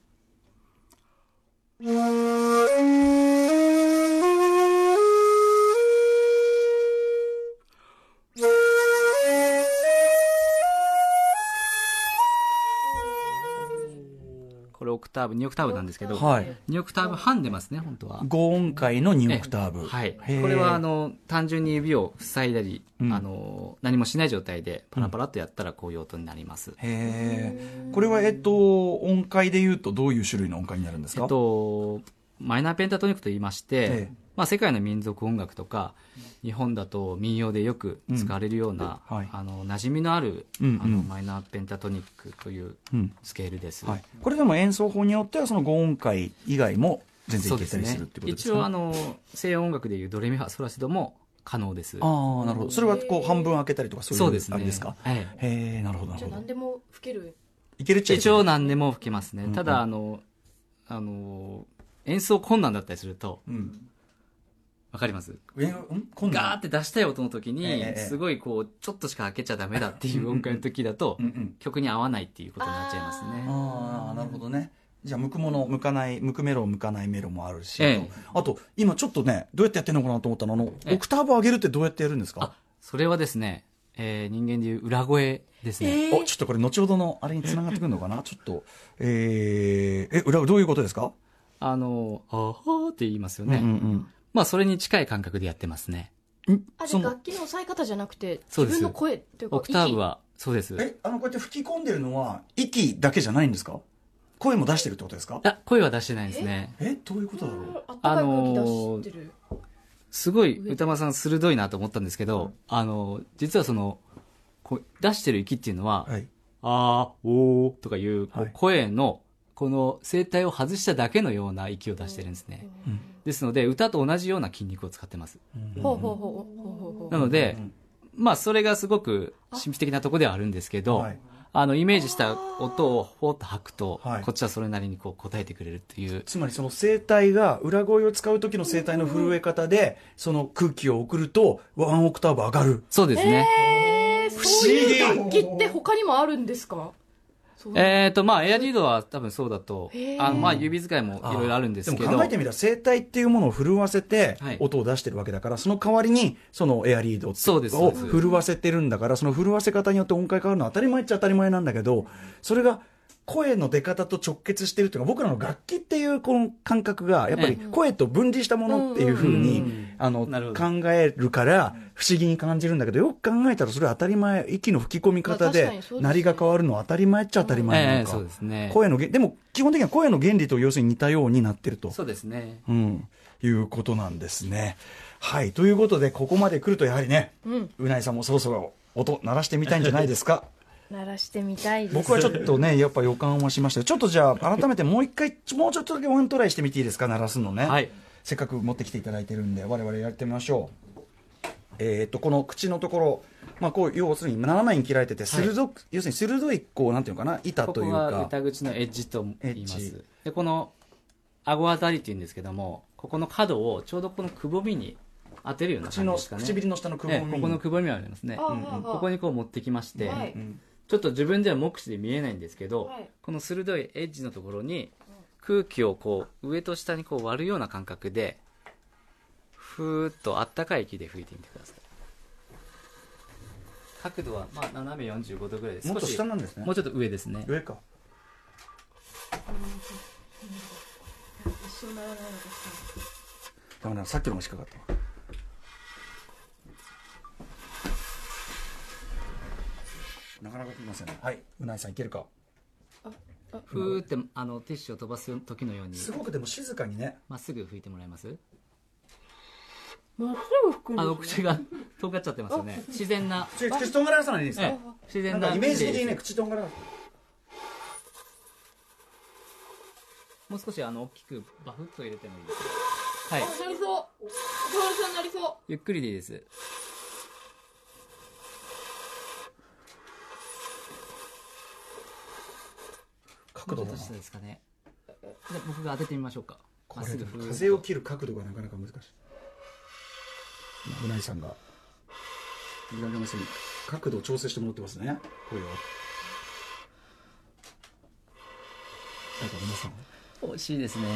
S2: これオクターブ、にオクターブなんですけど、
S1: はい。
S2: にオクターブ半出ますね、本当は。
S1: ご音階のにオクターブ。
S2: はい。
S1: へー
S2: これは、あの、単純に指を塞いだり、
S1: うん
S2: あの、何もしない状態でパラパラっとやったらこういう音になります。
S1: へえ。これは、えっと、音階で言うとどういう種類の音階になるんですか？
S2: えっと、マイナーペンタトニックと言いまして、
S1: ええ
S2: まあ、世界の民族音楽とか、日本だと民謡でよく使われるような、
S1: うんはい
S2: あの馴染みのある、
S1: うんうん
S2: あのマイナーペンタトニックという
S1: うん。
S2: スケールです。
S1: はい。これでも演奏法によってはそのご音階以外も全然
S2: そうです
S1: いけたりする
S2: ね
S1: ってことですか？
S2: 一応あの西洋音楽でいうドレミファソラシドも可能です。
S1: ああ、なるほど。それはこう半分開けたりとかそういう
S2: そうですね。
S1: あれですか？
S2: はい。
S1: へえ、なるほど、な
S3: じゃあ
S1: るほど。
S3: 何でも吹ける。
S1: いけるっちゃいける
S2: 一応何でも吹けますね。
S1: うんうん
S2: ただあのあの演奏困難だったりすると
S1: うん。
S2: わかります？
S1: 上が、ん今度
S2: ガーって出したい音の時に、
S1: ええええ
S2: すごいこうちょっとしか開けちゃダメだっていう音階の時だと、
S1: うんうん。
S2: 曲に合わないっていうことになっちゃいますね。
S1: ああ、なるほどね。じゃあ、向くもの、向かない、向くメロ、向かないメロもあるし。
S2: ええ
S1: あと、今ちょっとね、どうやってやってんのかなと思ったの、あの、
S2: ええ
S1: オクターブ上げるってどうやってやるんですか？
S2: あ、それはですね、えー人間でいう裏声ですね。
S1: お、ちょっとこれ後ほどのあれに繋がってくるのかなちょっと、えー、え、裏、どういうことですか？
S2: あの、あはーって言いますよね。
S1: うん
S2: まあそれに近い感覚でやってますね。
S1: うん。ん
S3: あ、じ
S1: その、
S3: ゃあ楽器の押さえ方じゃなくて、
S2: そうです
S3: 自分の声っていうか、
S2: オクターブは、そうです。
S1: え、あの、こうやって吹き込んでるのは、息だけじゃないんですか？声も出してるってことですか？
S2: あ、声は出してないですね。
S1: え、どういうことだろう？
S3: あったかい空気出してる。
S2: すごい歌間さん鋭いなと思ったんですけど、あの、実はその、こう出してる息っていうのは、
S1: はい。
S2: あー、おーとかいうこう
S1: はい
S2: 声の、この声帯を外しただけのような息を出してるんですね。
S1: うん
S2: ですので、歌と同じような筋肉を使ってます。
S3: ほうほうほうほうほうほう。
S2: なので
S1: うん、
S2: まあ、それがすごく神秘的なところではあるんですけど、
S1: はい
S2: あの、イメージした音をほーっと吐くと、
S1: はい
S2: こっちはそれなりにこう答えてくれるっていう。
S1: つまりその声帯が裏声を使う時の声帯の震え方でその空気を送るとワンオクターブ上がる。
S2: そうですね。
S3: えー、そういう楽器って他にもあるんですか？そう
S2: えっと、まあ、エアリードは多分そうだと
S3: へ、ー
S2: あの、まあ、指使いもいろいろあるんですけど。
S1: でも考えてみたら声帯っていうものを震わせて
S2: はい
S1: 音を出してるわけだから、その代わりにそのエアリード
S2: そうです
S1: を
S2: そうです
S1: 震わせてるんだから、その震わせ方によって音階変わるのは当たり前っちゃ当たり前なんだけど、それが声の出方と直結してるっていうか、僕らの楽器っていうこの感覚がやっぱり声と分離したものっていうふうに、あの考えるから不思議に感じるんだけど、よく考えたらそれは当たり前、息の吹き込み方で鳴りが変わるのは当たり前っちゃ当たり前なのか、
S2: そうですね。
S1: 声のでも基本的には声の原理と要するに似たようになってると、
S2: そうですね、
S1: うん、いうことなんですね。はい、ということでここまで来るとやはりね、うん、うないさんもそろそろ音鳴らしてみたいんじゃないですか。
S3: 鳴らしてみたいです。
S1: 僕はちょっとねやっぱ予感はしました。ちょっとじゃあ改めてもう一回もうちょっとだけワントライしてみていいですか、鳴らすのね、はい、せっかく持ってきていただいてるんで我々やってみましょう。えー、とこの口のところ、まあ、こう要するに斜めに切られてて鋭く、はい、要するに鋭いこうなんていうのかな、板というか、
S2: ここが歌口のエッジと言います。でこの顎あたりっていうんですけども、ここの角をちょうどこのくぼみに当てるような感じですかね。
S1: 唇の下のくぼみ、
S2: ええ、ここのくぼみはありますね、うんうん、ここにこう持ってきまして、はい、ちょっと自分では目視で見えないんですけど、はい、この鋭いエッジのところに空気をこう上と下にこう割るような感覚でふーっとあったかい息で吹いてみてください。角度はまあ斜めよんじゅうごどぐらいです。
S1: もっと下なんですね。
S2: もうちょっと上ですね。
S1: 上か。
S3: 一緒ならないのかし
S1: ら。ダメだ、さっきのがしかかった。なかなか聞きませんね。はい、うないさんいけるか。
S2: ああふーってあのティッシュを飛ばす時のように
S1: すごくでも静かにね、
S2: まっすぐ吹いてもらえます？
S3: まっすぐ吹くんですね。
S2: あの口がとんがっちゃってますよね。自然な
S1: 口口とんがらさないでいいですか？
S2: 自然な
S1: イメージ的にね、口とんがらす。
S2: もう少しあの大きくバフッと入れてもいいです。はい。
S3: なりそう。小原さんなりそう。
S2: ゆっくりでいいです。
S1: 角度だな。
S2: ですかね。じゃあ僕が当ててみましょうか。
S1: これ風を切る角度がなかなか難しい。うないさんが角度を調整してもらってますね。これを。なんか皆さん。
S2: 惜しいですね。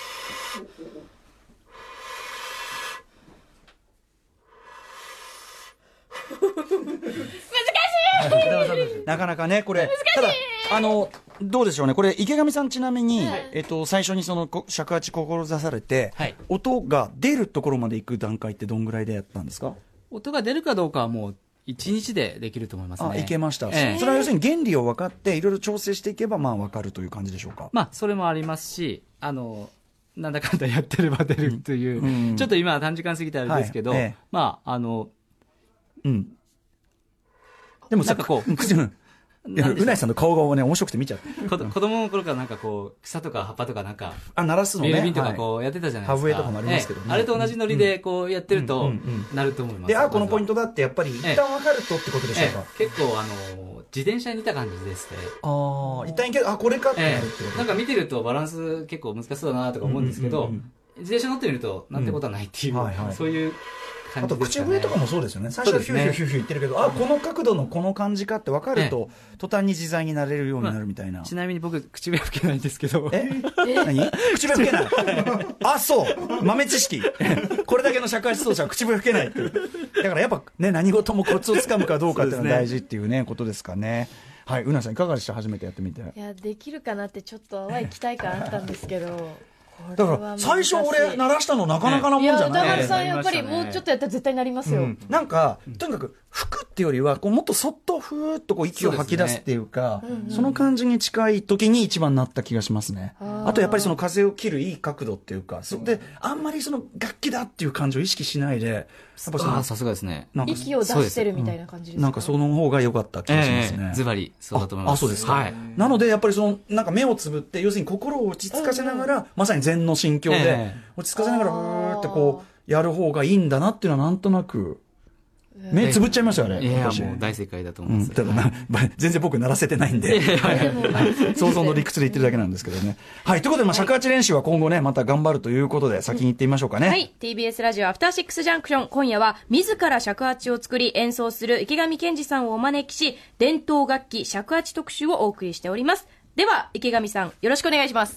S1: なかなかねこれただあのどうでしょうね、これ池上さんちなみに、はい、えっと、最初にその尺八志されて、はい、音が出るところまで行く段階ってどんぐらいでやったんですか？
S2: 音が出るかどうかはもういちにちでできると思いますね。
S1: あ、いけました、ええ、それは要するに原理を分かっていろいろ調整していけばまあ分かるという感じでしょうか？
S2: まあそれもありますし、あのなんだかんだやってれば出るという、うんうん、ちょっと今は短時間過ぎてあれですけど、はい、ええ、まああのうん
S1: でもさ、なんかこう、うないさんの顔がね面白くて見ちゃう。
S2: 子供の頃からなんかこう草とか葉っぱとかなんか
S1: あ鳴らすのね、
S2: ビール瓶とかこうやってたじゃないですか。
S1: ハブエとかもありますけどね。
S2: あれと同じノリでこうやってるとなると思います。
S1: で、あこのポイントだってやっぱり一旦分かるとってことでしょうか。
S2: 結構あの自転車に似た感じですね。
S1: ああ、一旦いけあこれかってなるってこと。
S2: なんか見てるとバランス結構難しそうだなとか思うんですけど、自転車乗ってみるとなんてことはないっていうそういう。
S1: あと口笛とかもそうですよね。最初はヒューヒューヒューヒュー言ってるけど、あこの角度のこの感じかって分かると、途端に自在になれるようになるみたいな。
S2: ちなみに僕口笛吹けないんですけど。
S1: え何？口笛吹けない。あそう豆知識。これだけの尺八奏者は口笛吹けないっていう。だからやっぱね何事もコツをつかむかどうかっていうのが大事っていうねことですかね。はい、うなさんいかがでした？初めてやってみて。
S3: いやできるかなってちょっと淡い期待感あったんですけど。
S1: だから最初俺鳴らしたのなかなかなもんじゃない。いや
S3: 歌丸さんやっぱりもうちょっとやったら絶対なりますよ、うん、
S1: なんかとにかく吹くっていうよりはこうもっとそっとふーっとこう息を吐き出すっていうか そ, う、ねうんうん、その感じに近い時に一番なった気がしますね。 あ, あとやっぱりその風を切るいい角度っていうかそであんまりその楽器だっていう感じを意識しないでやっぱその
S2: さすがですね
S3: 息を出してるみたいな感じですか、うん、
S1: なんかその方が良かった気がしますね。
S2: ズバリそうだと思います。
S1: ああそうですか、はい、なのでやっぱりそのなんか目をつぶって要するに心を落ち着かせながら、うんうん、まさに禅の心境で、えー、落ち着かせながらふーってこうやる方がいいんだなっていうのはなんとなく目つぶっちゃいましたよね。
S2: いやもう大正解だと思います、うん、
S1: ただな全然僕鳴らせてないんで想像の理屈で言ってるだけなんですけどね。はい、ということで、まあ、尺八練習は今後ねまた頑張るということで先に行ってみましょうかね、
S3: はい、ティービーエス ラジオアフターシックスジャンクション、今夜は自ら尺八を作り演奏する池上健二さんをお招きし伝統楽器尺八特集をお送りしております。では池上さんよろしくお願いします。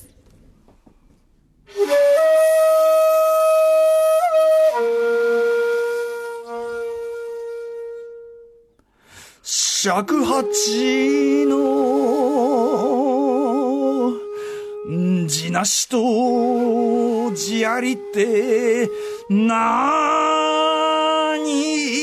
S1: 尺八のなしと地ありってなー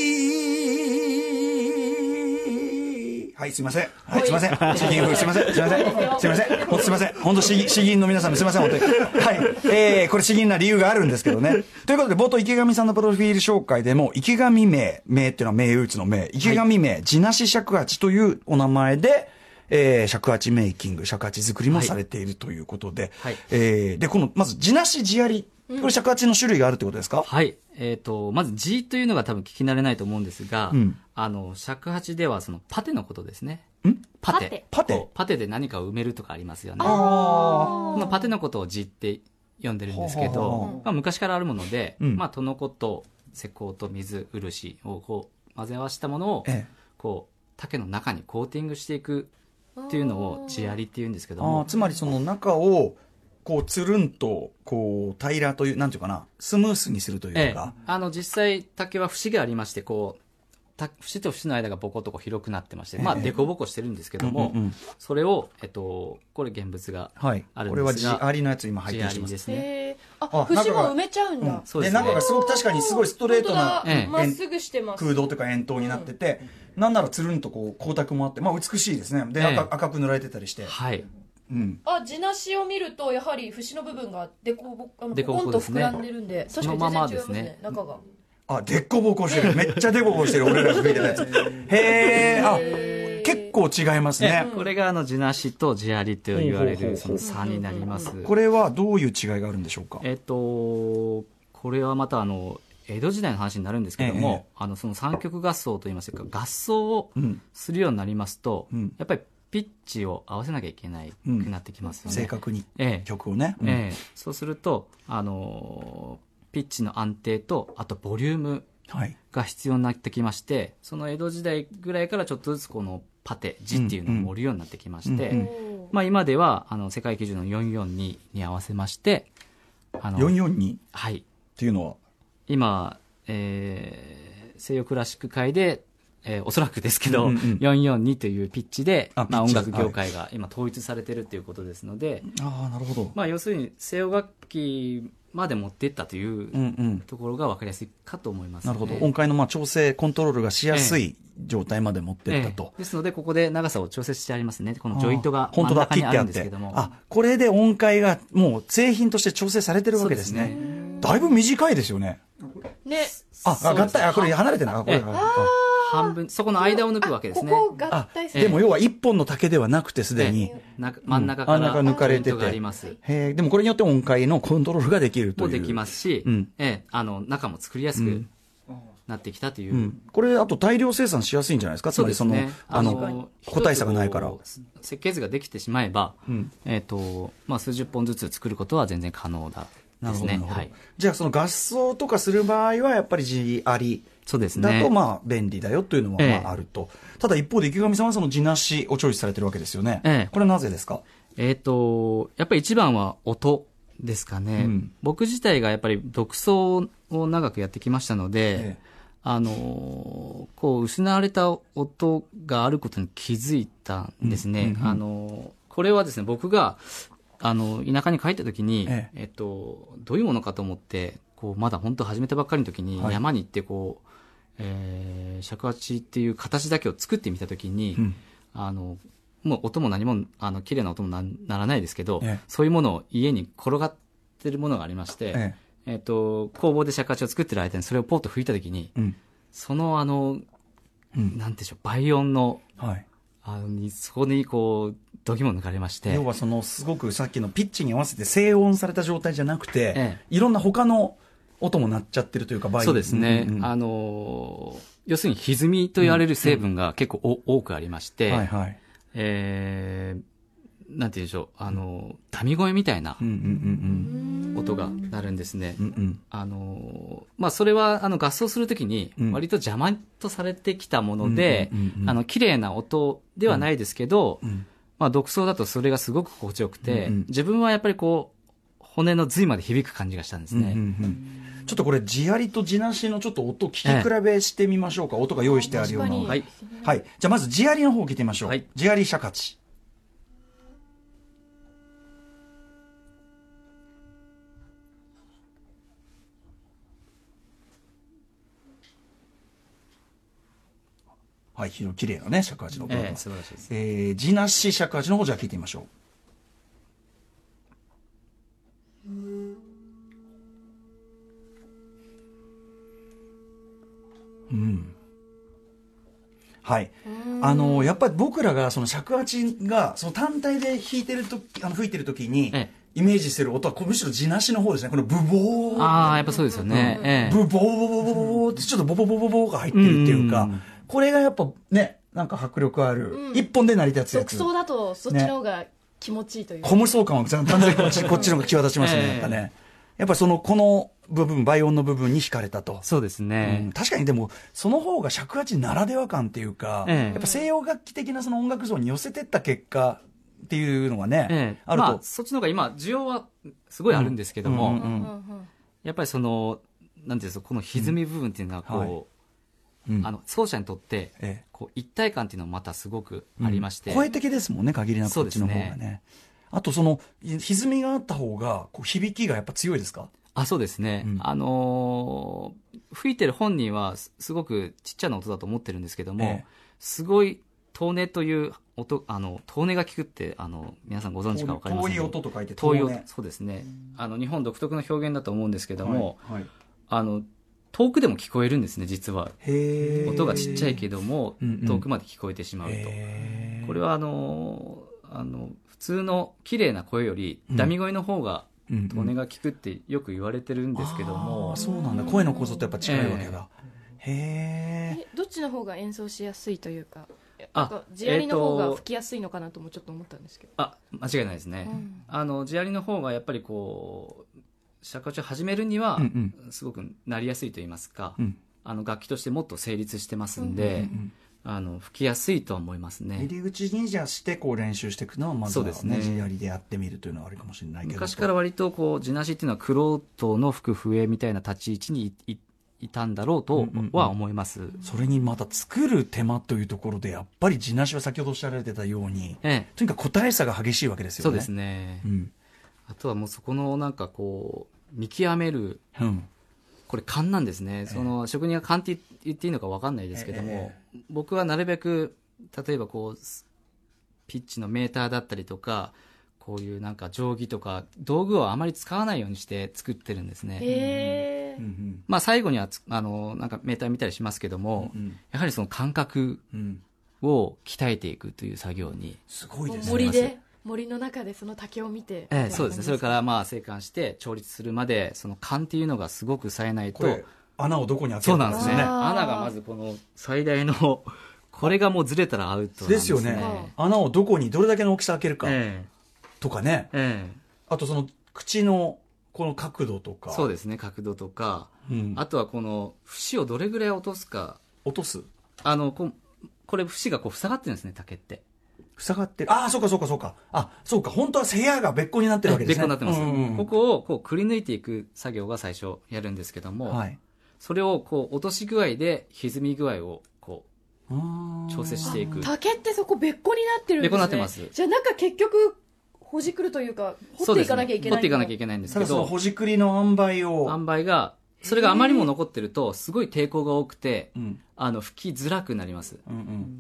S1: に。はい、すいません。はい、すいません。詩吟風、すいません。すいません。すいません。ほんとすいません。ほんと詩吟、詩吟の皆さんもすいません。本当に。はい。えー、これ詩吟な理由があるんですけどね。ということで、冒頭池上さんのプロフィール紹介でも、池上名、名っていうのは名打つの名、池上名、地なし尺八というお名前で、えー、尺八メイキング、尺八作りもされているということで、
S2: はい、
S1: えー、で、この、まず、地なし地あり。これ尺八の種類があるってことですか？
S2: はい。えっ、ー、と、まず地というのが多分聞き慣れないと思うんですが、うん、あの、尺八ではそのパテのことですね。
S1: ん
S2: パテ。
S1: パテ
S2: パテで何かを埋めるとかありますよね。
S1: あ
S2: このパテのことを地って呼んでるんですけど、まあ、昔からあるもので、うん、まあ、トノコと石膏と水、漆をこう混ぜ合わせたものを、ええ、こう、竹の中にコーティングしていくっていうのを地ありっていうんですけども。
S1: あ、つまりその中を、こう、つるんと、こう、平らという、なんていうかな、スムースにするというか。ええ、
S2: あの、実際、竹は節がありまして、こう、節と節の間がボコッとこう広くなってまして、まあ、凸凹してるんですけども、うんうんうん、それを、えっと、これ現物があるんですが、はい、
S1: これは地ありのやつ今拝見してます。
S2: ですね。
S3: あ、節も埋めちゃうんだ。うん、
S1: そうですね。で、中がすごく確かにすごいストレートな、
S3: まっすぐしてます。
S1: 空洞というか円筒になってて、うん、なんならつるんとこう、光沢もあって、まあ、美しいですね。で、赤、ええ、赤く塗られてたりして。
S2: はい。
S1: うん、
S3: あ、地なしを見るとやはり節の部分がデコボコ、ポンと膨らんでるんで、確かに全然違いますね、中が。
S1: あ、デコボコしてる。めっちゃデコボコしてる。俺らが吹いてたやつ。へー、あ、結構違いますね。
S2: これがあの地なしと地ありと言われるその差になります。
S1: これはどういう違いがあるんでしょうか？
S2: えっと、これはまたあの、江戸時代の話になるんですけども、ええ、あのその三曲合奏といいますか、合奏をするようになりますと、うん、やっぱりピッチを合わせなきゃいけないくなってきますよね。
S1: 正確に、
S2: ええ、
S1: 曲をね。
S2: うん、ええ、そうすると、あのー、ピッチの安定と、あとボリュームが必要になってきまして、はい、その江戸時代ぐらいからちょっとずつこのパテ、ジっていうのを盛るようになってきまして、うんうん、まあ今ではあの世界基準のよんよんにに合わせまして、
S1: あのよんよんに？
S2: はい。
S1: っていうのは
S2: 今、えー、西洋クラシック界で、えー、おそらくですけど、うんうん、よんよんにというピッチで、あ、まあ、音楽業界が今統一されてるということですので、
S1: ああ、なるほど。
S2: まあ、要するに西洋楽器まで持っていったというところが分かりやすいかと思います、ね、
S1: なるほど。音階のまあ調整、コントロールがしやすい状態まで持っていったと、
S2: えええ。ですので、ここで長さを調節してありますね。このジョイントが真ん中にあるんですけども。
S1: あ、これで音階がもう製品として調整されてるわけですね。ですね。だいぶ短いですよね。
S3: ね。
S1: あ、あ合体、あ、これ離れてない。あ、これ。あ
S2: 半分、そこの間を抜くわけですね。
S3: ここ合体する。
S1: でも要は一本の竹ではなくてすでに、
S2: 真ん中から
S1: 抜かれてて。
S2: あります。
S1: へでもこれによって音階のコントロールができるという。
S2: もできますし、うん、えあの、中も作りやすくなってきたという。うん、
S1: これ、あと大量生産しやすいんじゃないですか？つまりその、ね、あの、個体差がないから。
S2: 設計図ができてしまえば、うん、えっ、ー、と、まあ、数十本ずつ作ることは全然可能だですね。はい。
S1: じゃあその合奏とかする場合はやっぱり地あり。
S2: そうですね。
S1: だとまあ便利だよというのはまああると。ええ、ただ一方で池上さんはその地なしをチョイスされてるわけですよね。ええ、これはなぜですか？
S2: えっと、やっぱり一番は音ですかね。うん、僕自体がやっぱり独奏を長くやってきましたので、ええ、あの、こう失われた音があることに気づいたんですね。うんうんうん、あの、これはですね、僕があの、田舎に帰った時に、えええっと、どういうものかと思って、こう、まだ本当始めたばっかりの時に、山に行ってこう、えー、尺八っていう形だけを作ってみたときに、うん、あの、もう音も何も、あの、綺麗な音も な, ならないですけど、ええ、そういうものを家に転がってるものがありまして、えええー、と、工房で尺八を作ってる間にそれをポッと吹いたときに、うん、そのあの、うん、なんていうんでしょう、倍音の、はい、あのそこにこう、度肝抜かれまして。
S1: 要はその、すごくさっきのピッチに合わせて静音された状態じゃなくて、ええ、いろんな他の、音も鳴っちゃってるというか、
S2: そうですね。うんうん、あのー、要するに歪みと言われる成分が結構お、うん、多くありまして、はいはい、えー、なんて言うんでしょう、あのー、ダミ声みたいな音が鳴るんですね。うんうん、あのー、まあ、それは、あの、合奏するときに、割と邪魔とされてきたもので、うんうんうんうん、あの、綺麗な音ではないですけど、うんうん、まあ、独奏だとそれがすごく心地よくて、うんうん、自分はやっぱりこう、骨の髄まで響く感じがしたんですね。うんうんうん、
S1: ちょっとこれ地ありと地なしのちょっと音聞き比べしてみましょうか。ええ、音が用意してあるような。はい。はい。じゃあまず地ありの方を聞いてみましょう。はい、地あり尺八。 はい、非常に綺麗なね、尺八の音だと。
S2: ええ、素晴らしいです。
S1: えー、地なし尺八の方じゃあ聞いてみましょう。うん。はい。あの、やっぱり僕らがその尺八がその単体で弾いてるとき、あの吹いてるときに、ええ、イメージする音はむしろ地なしの方ですね。このブボー。
S2: ああ、やっぱそうですよね。うん、ええ、
S1: ブボーボボボボボーってちょっとボボボボボーが入ってるっていうか、うんうん、これがやっぱね、なんか迫力ある、うん、一本で成り立つやつ。
S3: 独奏だとそっちの方が気持ちいいというか。
S1: コム奏感は単純にこっち、こっちの方が際立ちますね、やっぱね。やっぱその、この部分、倍音の部分に惹かれたと。
S2: そうですね。
S1: うん、確かにでも、その方が尺八ならでは感っていうか、ええ、やっぱ西洋楽器的なその音楽像に寄せてった結果っていうのがね、ええ、あると。まあ、
S2: そっちの方が今、需要はすごいあるんですけども、やっぱりその、なんていうんですか、この歪み部分っていうのはこう、うんはいうん、あの奏者にとって、ええ、こう一体感っていうのもまたすごくありまして、
S1: うん、声的ですもんね、限りなくこっちの方がね。あとその歪みがあった方がこう響きがやっぱ強いですか？
S2: あ、そうですね、うん、あのー、吹いてる本人はすごくちっちゃな音だと思ってるんですけども、ええ、すごい遠音という音、あの遠音が聞くってあの皆さんご存知か分かりませんけど、
S1: 遠い音と書いて
S2: 遠い音、そうですね、あの日本独特の表現だと思うんですけども、はいはい、あの遠くでも聞こえるんですね、実は。音がちっちゃいけども、うんうん、遠くまで聞こえてしまうと。これはあのあの普通の綺麗な声よりダミ声の方が遠音が効くってよく言われてるんですけども、
S1: うんうん、そうなんだ、声の構造とやっぱ近いわけだ。えー、
S3: へえ。どっちの方が演奏しやすいというか、あ、地ありの方が吹きやすいのかなともちょっと思ったんですけど。
S2: あ、間違いないですね。うん、あの地ありの方がやっぱりこう尺八を始めるにはすごくなりやすいと言いますか、うん、あの楽器としてもっと成立してますんで、うんうんうん、あの吹きやすいとは思いますね。
S1: 入り口にじゃあしてこう練習していくのはまずは、ね、そうですね、地やりでやってみるというのはあるかもしれないけど、
S2: 昔から割とこう地なしっていうのは玄人の吹く笛みたいな立ち位置に い, い, いたんだろうとは思います、うんうんうん、
S1: それにまた作る手間というところでやっぱり地なしは先ほどおっしゃられてたように、ええ、とにかく個体差が激しいわけですよね。
S2: そうですね、うん、あとはもうそこのなんかこう見極める、うん、これ勘なんですね、えー、その職人が勘って言っていいのか分かんないですけども、えー、僕はなるべく例えばこうピッチのメーターだったりとかこういうなんか定規とか道具をあまり使わないようにして作ってるんですね、えーうん、まあ最後にはあのなんかメーター見たりしますけども、うんうん、やはりその感覚を鍛えていくという作業に、
S1: すごいですね。
S3: 森で森の中でその竹を見て、
S2: ええ、そうですね。それからまあ生還して調律するまでその勘っていうのがすごく冴えないと、
S1: 穴をどこに開けるか、
S2: そうなんですね。穴がまずこの最大のこれがもうずれたらアウトなんですね。
S1: ですよね。穴をどこにどれだけの大きさ開けるか、ええ、とかね、ええ、あとその口のこの角度とか、
S2: そうですね、角度とか、うん、あとはこの節をどれぐらい落とすか。
S1: 落とす、
S2: あの こ, これ節がこう塞がってるんですね、竹って。
S1: 塞がってる。ああ、そうかそうかそうか。あ、そうか。本当は背矢が別個になってるわけですね。
S2: 別個になってます。うんうん、ここをこうくり抜いていく作業が最初やるんですけども、はい、それをこう落とし具合で歪み具合をこう調整していく。
S3: 竹ってそこ別個になってるんですね。
S2: 別個になってます。
S3: じゃあなんか結局ほじくるというか掘っていかなきゃいけない。
S2: 掘っていかなきゃいけないんですけど、
S1: ただそのほじくりの塩梅を
S2: 塩梅がそれがあまりにも残ってるとすごい抵抗が多くて、うん、あの吹きづらくなります。うんうん、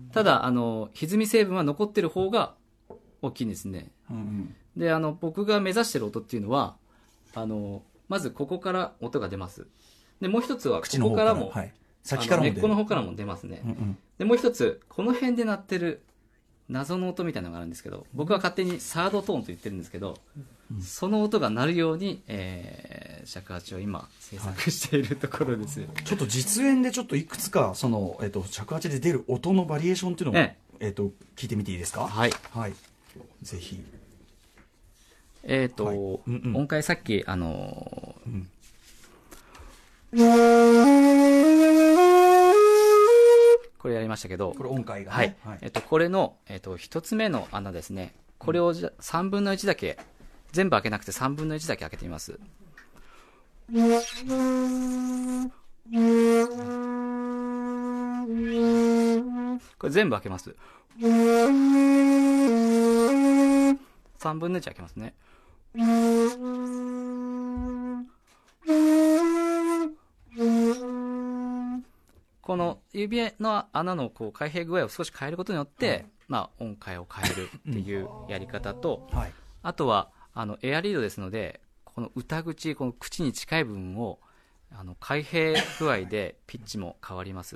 S2: ただあの歪み成分は残ってる方が大きいんですね、うんうん、であの僕が目指してる音っていうのはあのまずここから音が出ます。でもう一つはここからも、はい、先からも根っこの方からも出ますね、うんうん、でもう一つこの辺で鳴ってる謎の音みたいなのがあるんですけど、僕は勝手にサードトーンと言ってるんですけど、うん、その音が鳴るように、えー、尺八を今制作しているところです、はい、
S1: ちょっと実演でちょっといくつかその、えー、と尺八で出る音のバリエーションっていうのを、えええー、と聞いてみていいですか。
S2: はい、
S1: はい、ぜひ。
S2: えっ、ー、と、はい、うんうん、音階さっきあのーうんこれやりましたけど、
S1: これ音階が、ね、
S2: はい、はい、えっとこれのえっと一つ目の穴ですね。これをじゃさんぶんのいちだけ全部開けなくてさんぶんのいちだけ開けてみます。これ全部開けます。さんぶんのいち開けますね。 この指の穴のこう開閉具合を少し変えることによって、はい、まあ、音階を変えるっていうやり方と、はい、あとはあのエアリードですので、この歌口、この口に近い部分をあの開閉具合でピッチも変わります。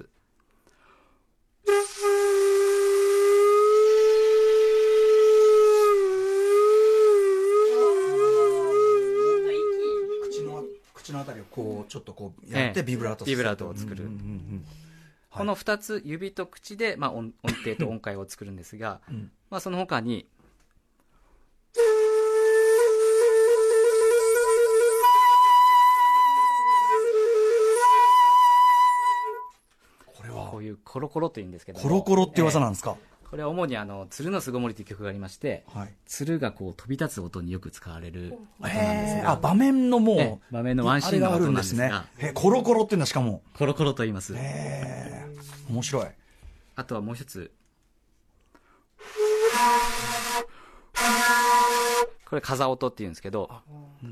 S1: 口のあたりをこうちょっとこうやってビブラート、
S2: ええ、ビブラートを作る、うんうんうん、はい、このふたつ、指と口で、まあ、音, 音程と音階を作るんですが、うん、まあ、その他に
S1: これは
S2: こういうコロコロというんですけど、
S1: コロコロっていう技なんですか。
S2: えー、これは主にあの鶴の巣ごもりという曲がありまして、はい、鶴がこう飛び立つ音によく使われる音なんですが、
S1: あ、場面のもう、え
S2: ー、場面のワンシーンの音なんですが、
S1: あるんですね。コロコロっていうのはしかも
S2: コロコロと言います。
S1: へー、面白い。
S2: あとはもう一つ、これ風音っていうんですけど、うんうん、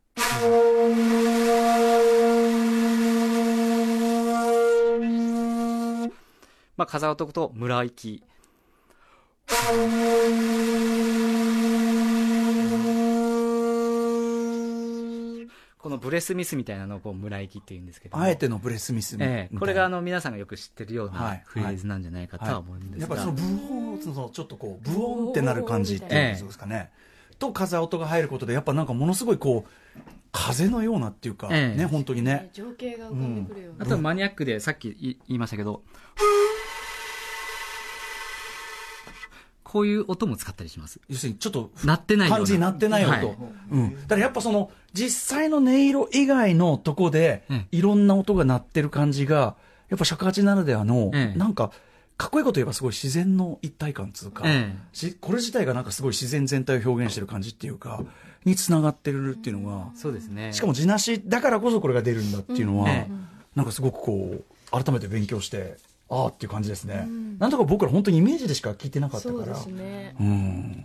S2: まあ、風音と村行き、このブレスミスみたいなのをこう村行きっていうんですけど、
S1: あえてのブレスミスみたいな、
S2: ええ、これがあの皆さんがよく知ってるようなフレーズなんじゃないかとは思うんですが、
S1: はいはいはい、やっぱそのブオーンのちょっとこうブオーンってなる感じっていうことですかね、ええ、と風音が入ることでやっぱなんかものすごいこう風のようなっていうか、ええ、ね、本当にね、
S3: 情景が浮かんでくるような、
S2: うん、あとはマニアックでさっき言いましたけど、こういう音も使ったりします。
S1: 要するにちょっと
S2: 鳴ってないような
S1: 感じになってない音、はい、うん、だからやっぱその実際の音色以外のとこで、うん、いろんな音が鳴ってる感じがやっぱ尺八ならではの、ええ、なんかかっこいいこと言えばすごい自然の一体感つうか、ええ、これ自体がなんかすごい自然全体を表現してる感じっていうかにつながってるっていうのが、
S2: そうですね、
S1: しかも地なしだからこそこれが出るんだっていうのは、うん、ええ、なんかすごくこう改めて勉強してああっていう感じですね、うん、なんとか僕ら本当にイメージでしか聞いてなかったから、そうですね、うん、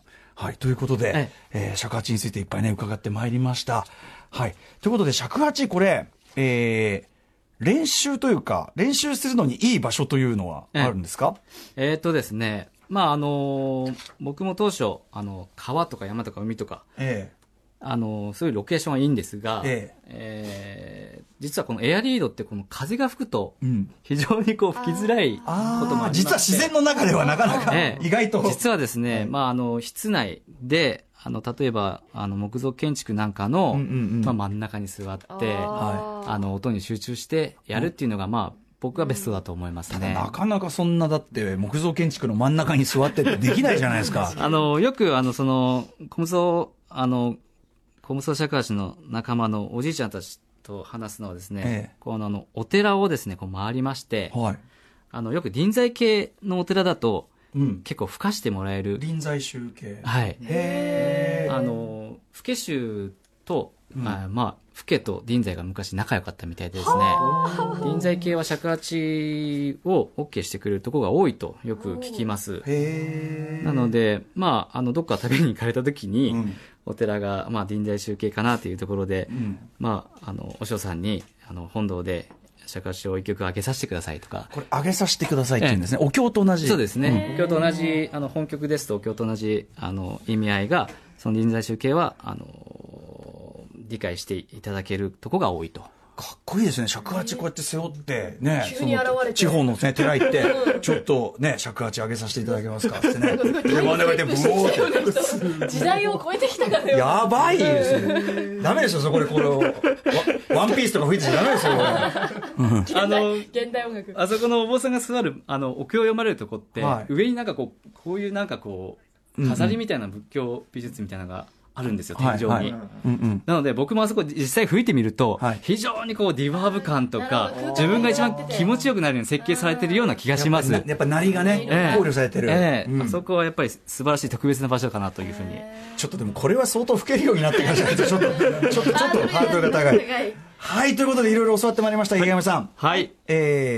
S1: はい、ということで、ええー、尺八についていっぱいね伺ってまいりました。はい、ということで尺八これ、えー、練習というか練習するのにいい場所というのはあるんですか？
S2: えー、えーとですね、まああのー、僕も当初あの川とか山とか海とか、えーあのそういうロケーションはいいんですが、えええー、実はこのエアリードってこの風が吹くと非常にこう吹きづらいこともありまして、
S1: 実は自然の中ではなかなか、ええ、意外と
S2: 実はですね、まあ、あの室内であの例えばあの木造建築なんかの、うんうんうん、まあ、真ん中に座ってああの音に集中してやるっていうのが、まあ僕はベストだと思いますね。
S1: なかなかそんなだって木造建築の真ん中に座ってってできないじゃないですか。
S2: あのよくあのその木造あの小武装尺八の仲間のおじいちゃんたちと話すのはですね、ええ、このあのお寺をですねこう回りまして、はい、あのよく臨済系のお寺だと、うん、結構吹かしてもらえる
S1: 臨済宗系、
S2: はい、へー、あの老け宗と、うん、あまあ老けと臨済が昔仲良かったみたいでですね、臨済系は尺八を OK してくれるところが多いとよく聞きます。へー、なのでまああのどっか食べに行かれた時に、うん、お寺が、まあ、臨済宗系かなというところで、うん、まあ、あのお師匠さんにあの本堂で尺八を一曲上げさせてくださいとか、
S1: これ上げさせてくださいって言うんですね、ええ、お経と同じ。
S2: そうですね、お経と同じあの本曲ですとお経と同じあの意味合いがその臨済宗系はあの理解していただけるとこが多いと。
S1: かっこいいですね、尺八こうやって背負ってね、急に現れて地方の、ね、寺行ってちょっとね尺八上げさせていただけますかってねで真ん中でブオーって
S3: 時代を超えてきたからよ。
S1: やばいですね。ダメですよそこでこれをワンピースとか吹いてちゃダメですよこれ
S2: あの
S3: 現代音楽、
S2: あそこのお坊さんが座るあのお経を読まれるとこって、はい、上になんかこうこういうなんかこう飾りみたいな仏教美術みたいなのがあるんですよ、天井に、はいはい、うんうん、なので僕もあそこ実際吹いてみると、はい、非常にこうディバーブ感とか自分が一番気持ちよくなるように設計されてるような気がします。
S1: やっぱ、やっぱ鳴りがね、えー、考慮されてる、
S2: えーうん、あそこはやっぱり素晴らしい特別な場所かなというふうに。
S1: ちょっとでもこれは相当吹けるようになってからじゃないとちょっとちょっとちょっとハードルが高いはい、ということでいろいろ教わってまいりました池上さん。
S2: はい、
S1: えー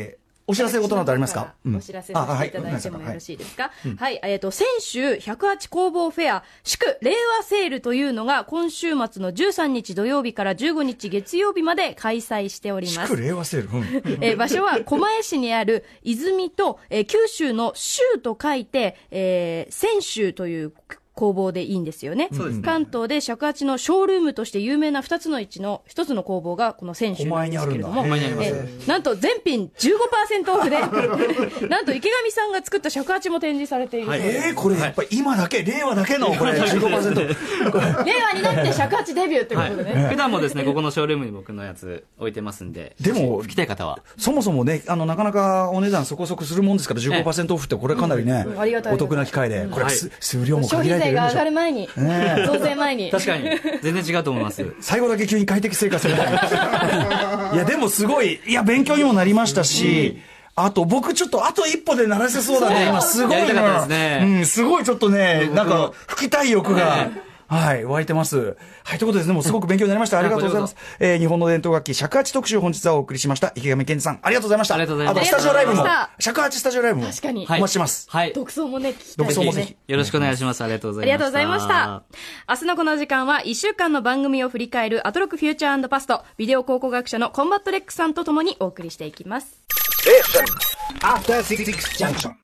S1: お知らせ事などありますか？
S3: お知らせさせていただいてもよろしいですか？はい、えっと、先週、ひゃくはち工房フェア、祝令和セールというのが、今週末のじゅうさんにち土曜日からじゅうごにち月曜日まで開催しております。
S1: 祝令和セール、うん、
S3: えー、場所は狛江市にある泉と、えー、九州の州と書いて、えー、泉州という工房でいいんですよね。
S2: そうですね。
S3: 関東で尺八のショールームとして有名なふたつのうちのひとつの工房がこの泉州なんですけれども、
S2: 狛江にあるんだ。
S3: えー、なんと全品 じゅうごパーセント オフでなんと池上さんが作った尺八も展示されているそうです。
S1: えー、これやっぱり今だけ、令和だけのこれ じゅうごパーセント
S3: 令和になって尺八デビューということでね、
S2: はい、普段もですねここのショールームに僕のやつ置いてますんで、
S1: でも
S2: 吹きたい方は
S1: そもそもね、あのなかなかお値段そこそこするもんですから じゅうごパーセント オフってこれかなりね、
S3: うん、ありがたい
S1: お得な機会で、これ、はい、数量も
S3: 消費税が上がる前に、ね、増税前に
S2: 確かに全然違うと思います
S1: 最後だけ急に快適生活みたいないやでもすごい、いや勉強にもなりましたし、うん、あと僕ちょっとあと一歩で鳴らせそうだね、今すごいな、
S2: ね、
S1: うん、すごいちょっとね、なんか吹きたい欲が、はい、湧いてます。はい、ということですね、もうすごく勉強になりました。ありがとうございます。えー、日本の伝統楽器、尺八特集、本日はお送りしました。池上健二さん、ありがとうございました。
S2: ありがとうございます。
S1: あと、スタジオライブも、尺八スタジオライブも、
S3: 確かに。
S1: お待ちしてます。
S2: はい。
S3: 独奏もね、聞きたい
S1: 独奏もぜひ。
S2: よろしくお願いします。ありがとうございました。
S3: ありがとうございました。明日のこの時間は、いっしゅうかんの番組を振り返る、アトロックフューチャー&パスト、ビデオ考古学者のコンバットレックさんとともにお送りしていきます。
S4: After Six Junction.